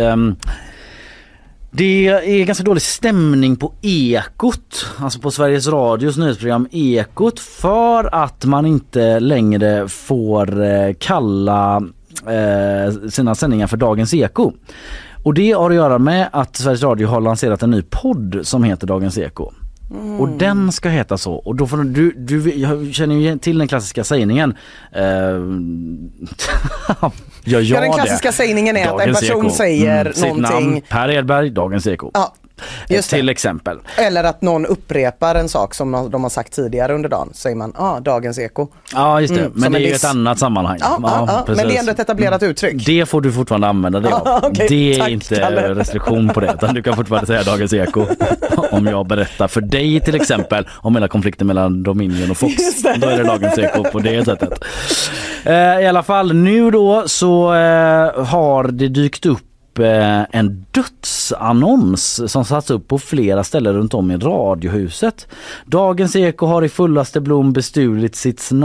S2: det är ganska dålig stämning på Ekot, alltså på Sveriges Radios nyhetsprogram Ekot, för att man inte längre får kalla sina sändningar för Dagens Eko. Och det har att göra med att Sveriges Radio har lanserat en ny podd som heter Dagens Eko. Och den ska heta så. Och då får du känner ju till den klassiska sägningen.
S3: Den klassiska sägningen är
S2: Dagens
S3: att en person
S2: Eko
S3: säger
S2: sitt
S3: någonting.
S2: Namn, Per Edberg, Dagens Eko.
S3: Ja. Just
S2: till
S3: det.
S2: exempel.
S3: Eller att någon upprepar en sak som de har sagt tidigare under dagen. Säger man, Dagens Eko.
S2: Ja, just det. Men det är ju ett annat sammanhang.
S3: Men det är ändå ett etablerat uttryck.
S2: Det får du fortfarande använda dig av.
S3: Okay,
S2: det är
S3: tack,
S2: inte
S3: Kalle.
S2: restriktion på det. Utan du kan fortfarande säga Dagens Eko om jag berättar för dig till exempel om hela konflikten mellan Dominion och Fox. Då är det Dagens Eko på det sättet. I alla fall nu då så har det dykt upp en dödsannons som satts upp på flera ställen runt om i Radiohuset. Dagens Eko har i fullaste blom bestulit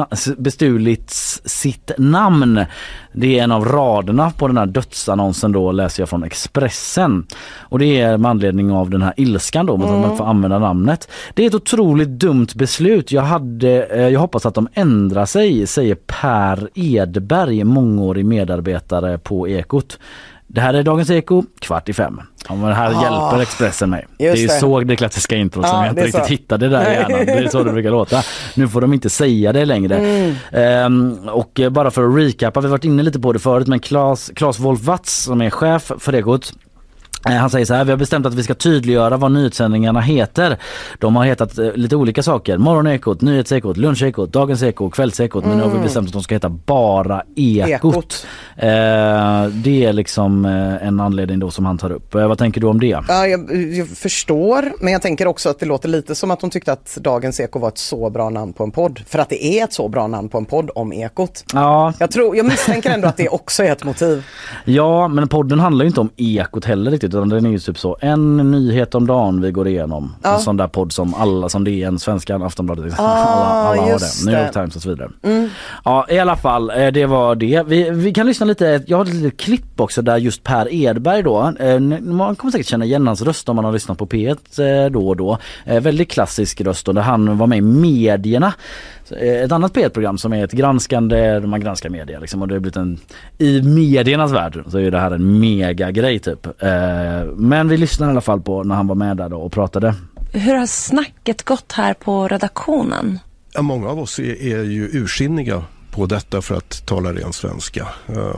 S2: sitt namn. Det är en av raderna på den här dödsannonsen då, läser jag från Expressen. Och det är med anledning av den här ilskan då, att man får använda namnet. Det är ett otroligt dumt beslut. Jag hoppas att de ändrar sig, säger Per Edberg, mångårig medarbetare på Ekot. Det här är Dagens Eko, 4:45. Ja, men här hjälper Expressen mig. Det är ju så det klassiska intro som jag inte riktigt hittade där i hjärnan. Det är så det brukar låta. Nu får de inte säga det längre. Och bara för att recapa, vi har varit inne lite på det förut, men Claes Wolf Watz som är chef för Ekot, han säger så här: vi har bestämt att vi ska tydliggöra vad nyhetssändningarna heter. De har hetat lite olika saker. Morgonekot, Nyhetsekot, Lunchekot, Dagens Eko, Kvällsekot. Men nu har vi bestämt att de ska heta bara Ekot. Det är liksom en anledning då som han tar upp. Vad tänker du om det?
S3: Ja, jag förstår, men jag tänker också att det låter lite som att de tyckte att Dagens Eko var ett så bra namn på en podd. För att det är ett så bra namn på en podd om Ekot.
S2: Ja.
S3: Jag misstänker ändå att det också är ett motiv.
S2: Ja, men podden handlar ju inte om Ekot heller riktigt, utan den är ju typ så en nyhet om dagen vi går igenom. En sån där podd som alla, som DN, Svenskan, Aftonbladet, alla har det. New York Times och så vidare. Ja, i alla fall, det var det. Vi kan lyssna lite, jag har ett litet klipp också där just Per Edberg då, man kommer säkert känna igen hans röst om man har lyssnat på P1 då och då. Väldigt klassisk röst då, där han var med i Medierna. Ett annat P1-program som är ett granskande, man granskar media liksom, och det har blivit i mediernas värld så är det här en mega grej typ. Men vi lyssnar i alla fall på när han var med där då och pratade.
S13: Hur har snacket gått här på redaktionen?
S14: Ja, många av oss är ju ursinniga på detta, för att tala ren svenska.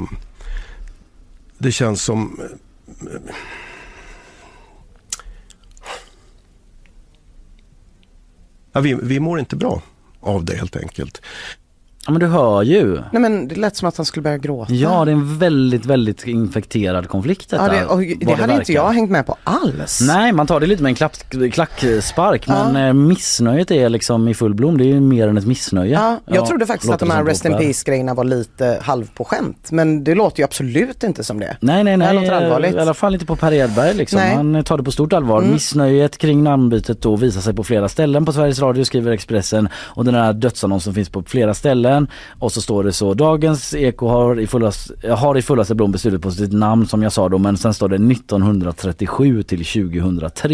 S14: Det känns som... Ja, vi mår inte bra av det helt enkelt.
S2: Ja, men du hör ju.
S3: Nej, men det lät som att han skulle börja gråta.
S2: Ja, det är en väldigt, väldigt infekterad konflikt detta.
S3: Ja, det hade inte jag hängt med på alls.
S2: Nej, man tar det lite med en klackspark, men missnöjet är liksom i full blom. Det är ju mer än ett missnöje.
S3: Ja, jag trodde faktiskt att de här Rest in Peace-grejerna var lite halv på skämt, men det låter ju absolut inte som det.
S2: Nej,
S3: det låter allvarligt.
S2: I alla fall inte på Per Edberg liksom.
S3: Nej.
S2: Han tar det på stort allvar. Missnöjet kring namnbytet då visar sig på flera ställen på Sveriges Radio, skriver Expressen, och den här dödsannonsen finns på flera ställen. Och så står det så: Dagens Eko har i fullaste blom beslutat på sitt namn, som jag sa då, men sen står det 1937 till 2003.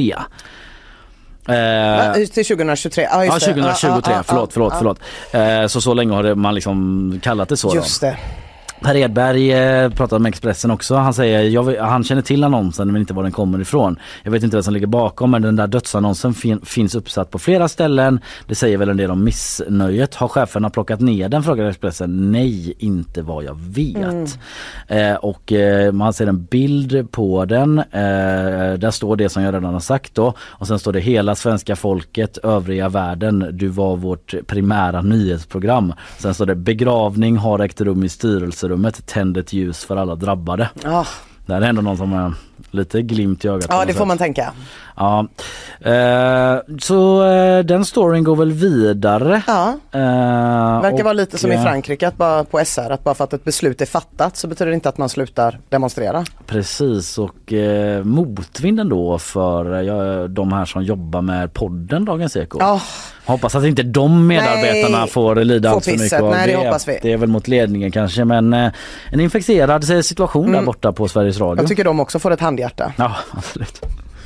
S3: Till 2023.
S2: Ja, 2023. Förlåt. Så länge har man liksom kallat det så.
S3: Just det.
S2: Per Edberg pratade med Expressen också. Han säger han känner till annonsen men inte var den kommer ifrån. Jag vet inte vad som ligger bakom, men den där dödsannonsen finns uppsatt på flera ställen. Det säger väl en del om missnöjet. Har cheferna plockat ner den, frågar Expressen. Nej, inte vad jag vet. Och man ser en bild på den. Där står det som jag redan har sagt då. Och sen står det: hela svenska folket, övriga världen, du var vårt primära nyhetsprogram. Sen står det: begravning har ägt rum i styrelserummet, tänd ett ljus för alla drabbade. Det är ändå någon som är lite glimt i ögat.
S3: Ja, det får man tänka.
S2: Ja, så den storyn går väl vidare.
S3: Ja. Verkar vara lite som i Frankrike att bara på SR, att bara för att ett beslut är fattat så betyder det inte att man slutar demonstrera.
S2: Precis, och motvinden då för de här som jobbar med podden Dagens Eko.
S3: Ja.
S2: Hoppas att inte de medarbetarna får lida allt för mycket av
S3: det. Hoppas vi.
S2: Det är väl mot ledningen kanske, men en infekterad situation där borta på Sveriges Radio.
S3: Jag tycker de också får ett handhjärta.
S2: Ja, absolut.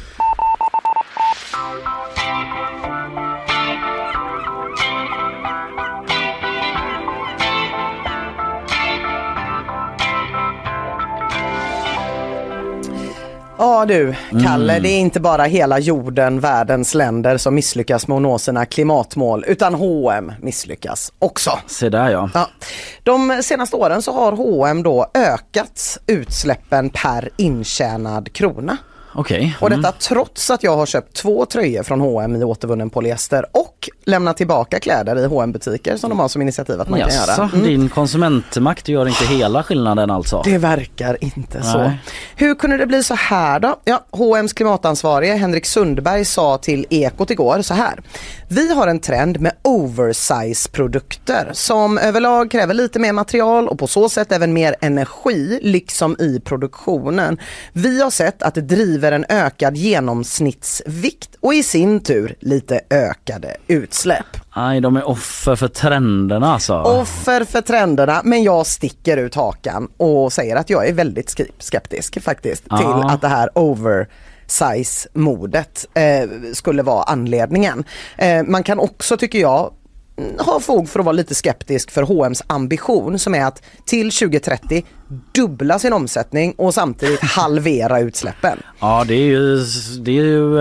S3: Ja du, Kalle, det är inte bara hela jorden, världens länder som misslyckas med att nå sina klimatmål, utan H&M misslyckas också.
S2: Se där ja.
S3: De senaste åren så har H&M då ökat utsläppen per intjänad krona.
S2: Okej.
S3: Och detta trots att jag har köpt 2 tröjor från H&M i återvunnen polyester och lämnat tillbaka kläder i H&M-butiker som de har som initiativ att man kan göra.
S2: Din konsumentmakt gör inte hela skillnaden alltså?
S3: Det verkar inte så. Hur kunde det bli så här då? Ja, H&M's klimatansvarige Henrik Sundberg sa till Ekot igår så här: vi har en trend med oversize-produkter som överlag kräver lite mer material och på så sätt även mer energi liksom i produktionen. Vi har sett att det driver en ökad genomsnittsvikt och i sin tur lite ökade utsläpp.
S2: Nej, de är offer för trenderna alltså.
S3: Offer för trenderna, men jag sticker ut hakan och säger att jag är väldigt skeptisk faktiskt till att det här oversize-modet skulle vara anledningen. Man kan också, tycker jag, har fog för att vara lite skeptisk för H&M's ambition som är att till 2030 dubbla sin omsättning och samtidigt halvera utsläppen.
S2: Ja, det är ju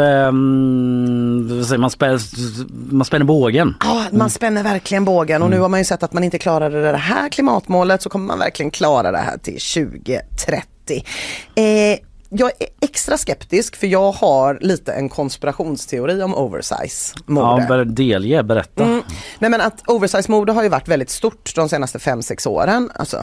S2: man spänner bågen.
S3: Ja, man spänner verkligen bågen och nu har man ju sett att man inte klarade det här klimatmålet, så kommer man verkligen klara det här till 2030. Jag är extra skeptisk för jag har lite en konspirationsteori om oversize-mode.
S2: Ja, berätta.
S3: Nej, men att oversize-mode har ju varit väldigt stort de senaste 5-6 åren. Alltså.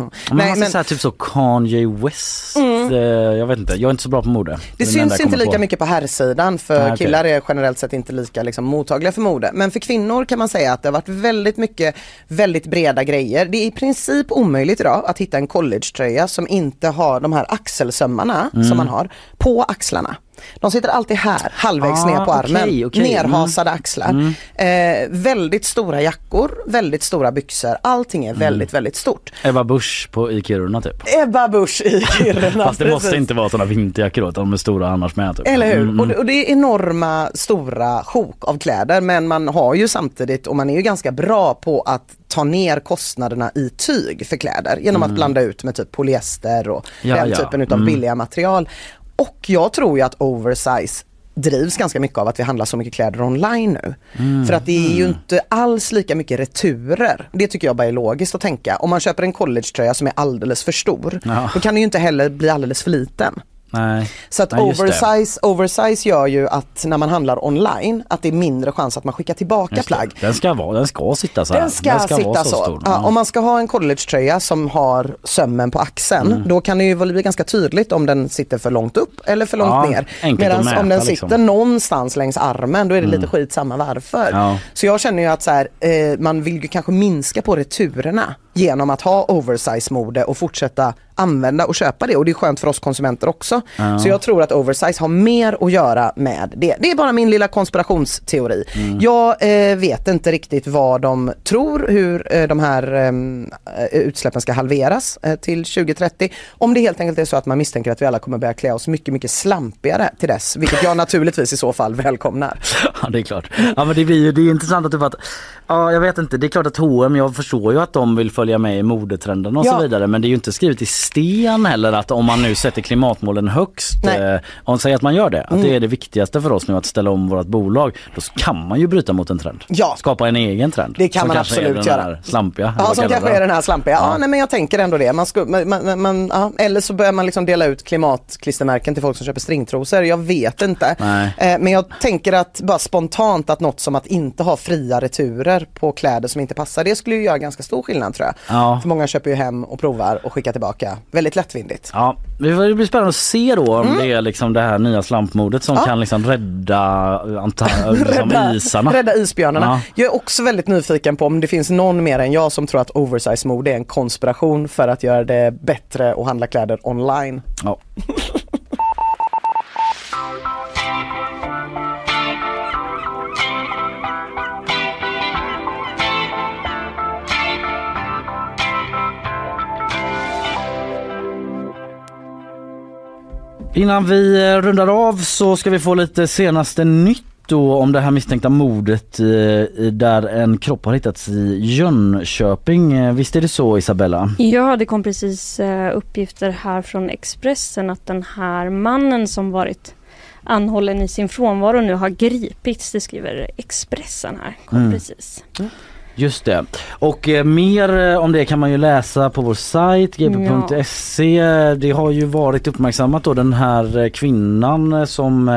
S2: Men så här, typ så Kanye West. Jag vet inte, jag är inte så bra på mode.
S3: Det syns inte lika mycket på herrsidan för killar är generellt sett inte lika liksom, mottagliga för mode. Men för kvinnor kan man säga att det har varit väldigt mycket väldigt breda grejer. Det är i princip omöjligt idag att hitta en collegetröja som inte har de här axelsömmarna som man har på axlarna. De sitter alltid här, halvvägs ner på armen. Nerhasade axlar. Väldigt stora jackor, väldigt stora byxor. Allting är väldigt, väldigt stort.
S2: Ebba Busch i Kiruna typ.
S3: Ebba Busch i Kiruna.
S2: Fast det måste inte vara sådana vinterjackor då, de är stora annars med typ.
S3: Eller hur? Och det är enorma stora sjok av kläder, men man har ju samtidigt, och man är ju ganska bra på att ta ner kostnaderna i tyg för kläder genom att blanda ut med typ polyester och den typen utav billiga material. Och jag tror ju att oversize drivs ganska mycket av att vi handlar så mycket kläder online nu. För att det är ju inte alls lika mycket returer. Det tycker jag bara är logiskt att tänka. Om man köper en collegetröja som är alldeles för stor, då kan det ju inte heller bli alldeles för liten.
S2: Nej.
S3: Så att oversize gör ju att när man handlar online att det är mindre chans att man skickar tillbaka plagg.
S2: Den ska sitta så här.
S3: Den ska sitta så. Ja, om man ska ha en collegetröja som har sömmen på axeln, då kan det ju bli ganska tydligt om den sitter för långt upp eller för långt ner. Medan om den sitter någonstans längs armen, då är det lite skitsamma varför. Ja. Så jag känner ju att så här, man vill ju kanske minska på returerna genom att ha oversize-mode och fortsätta använda och köpa det. Och det är skönt för oss konsumenter också. Så jag tror att oversize har mer att göra med det. Det är bara min lilla konspirationsteori. Jag vet inte riktigt vad de tror, hur de här utsläppen ska halveras till 2030. Om det helt enkelt är så att man misstänker att vi alla kommer börja klä oss mycket, mycket slampigare till dess. Vilket jag naturligtvis i så fall välkomnar.
S2: Ja, det är klart. Ja, men det är intressant att typ att jag vet inte, det är klart att H&M, jag förstår ju att de vill följa med i modetrenden och så vidare, men det är ju inte skrivet i sten heller att om man nu sätter klimatmålen högst, om säger att man gör det, att det är det viktigaste för oss nu att ställa om vårt bolag, då kan man ju bryta mot en trend. Ja. Skapa en egen trend.
S3: Det kan man absolut göra.
S2: Slampiga.
S3: Ja, som kanske är den här slampiga. Ja, nej, men jag tänker ändå det. Eller så börjar man liksom dela ut klimatklistermärken till folk som köper stringtrosor. Jag vet inte. Men jag tänker att bara spontant att något som att inte ha fria returer på kläder som inte passar, det skulle ju göra ganska stor skillnad tror jag. För många köper ju hem och provar och skickar tillbaka. Väldigt lättvindigt.
S2: Ja, det blir spännande att se då om det är liksom det här nya slampmodet som kan liksom rädda isarna.
S3: Rädda isbjörnarna. Jag är också väldigt nyfiken på om det finns någon mer än jag som tror att oversize-mode är en konspiration för att göra det bättre att handla kläder online.
S2: Ja. Innan vi rundar av så ska vi få lite senaste nytt då om det här misstänkta mordet där en kropp har hittats i Jönköping. Visst är det så, Isabella?
S7: Ja, det kom precis uppgifter här från Expressen att den här mannen som varit anhållen i sin frånvaro nu har gripits. Det skriver Expressen här. Kom precis.
S2: Just det. Och mer om det kan man ju läsa på vår sajt gp.se. Det har ju varit uppmärksammat då den här kvinnan som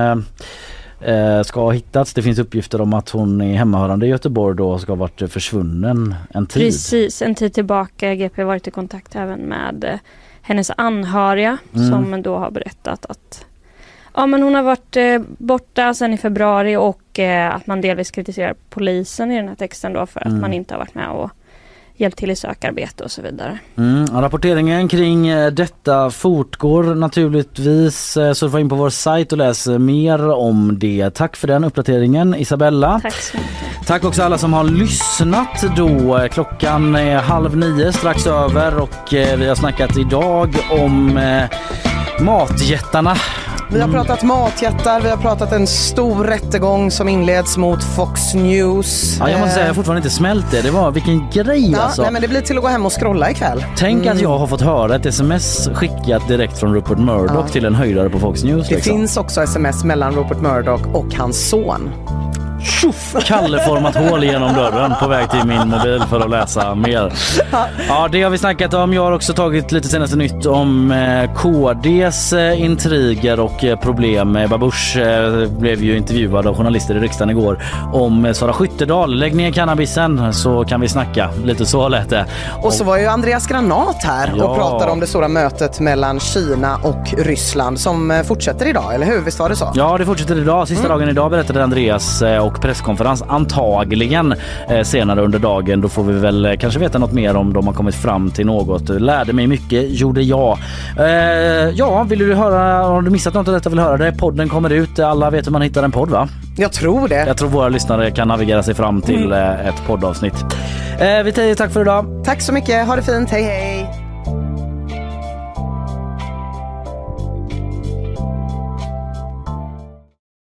S2: ska ha hittats. Det finns uppgifter om att hon är hemmahörande i Göteborg då och ska ha varit försvunnen en tid.
S7: Precis, en tid tillbaka. GP har varit i kontakt även med hennes anhöriga som då har berättat att men hon har varit borta sedan i februari och att man delvis kritiserar polisen i den här texten då för att man inte har varit med och hjälpt till i sökarbete och så vidare.
S2: Rapporteringen kring detta fortgår naturligtvis, så du får in på vår sajt och läs mer om det. Tack för den uppdateringen, Isabella.
S7: Tack så mycket.
S2: Tack också alla som har lyssnat då. Klockan är 8:30 strax över och vi har snackat idag om matjättarna.
S3: Vi har pratat matjättar, vi har pratat en stor rättegång som inleds mot Fox News.
S2: Ja, jag måste säga jag har fortfarande inte smält det. Det var vilken grej alltså.
S3: Nej, men det blir till att gå hem och scrolla ikväll.
S2: Tänk att jag har fått höra ett sms skickat direkt från Rupert Murdoch till en höjdare på Fox News.
S3: Det finns också sms mellan Rupert Murdoch och hans son.
S2: Tjoff! Kalleformat hål genom dörren på väg till min mobil för att läsa mer. Ja, det har vi snackat om. Jag har också tagit lite senaste nytt om KDs intriger och problem. Babush blev ju intervjuad av journalister i riksdagen igår om Sara Skyttedal. Lägg ner cannabisen så kan vi snacka. Lite så lät det.
S3: Och så var ju Andreas Granat här och pratade om det stora mötet mellan Kina och Ryssland som fortsätter idag, eller hur? Visst var det så?
S2: Ja, det fortsätter idag. Sista dagen idag berättade Andreas och presskonferens antagligen senare under dagen. Då får vi väl kanske veta något mer om de har kommit fram till något. Lärde mig mycket, gjorde jag. Vill du höra, har du missat något av detta vill höra det? Podden kommer ut, alla vet hur man hittar en podd, va?
S3: Jag tror det.
S2: Jag tror våra lyssnare kan navigera sig fram till ett poddavsnitt. Vi säger tack för idag.
S3: Tack så mycket, ha det fint, hej hej.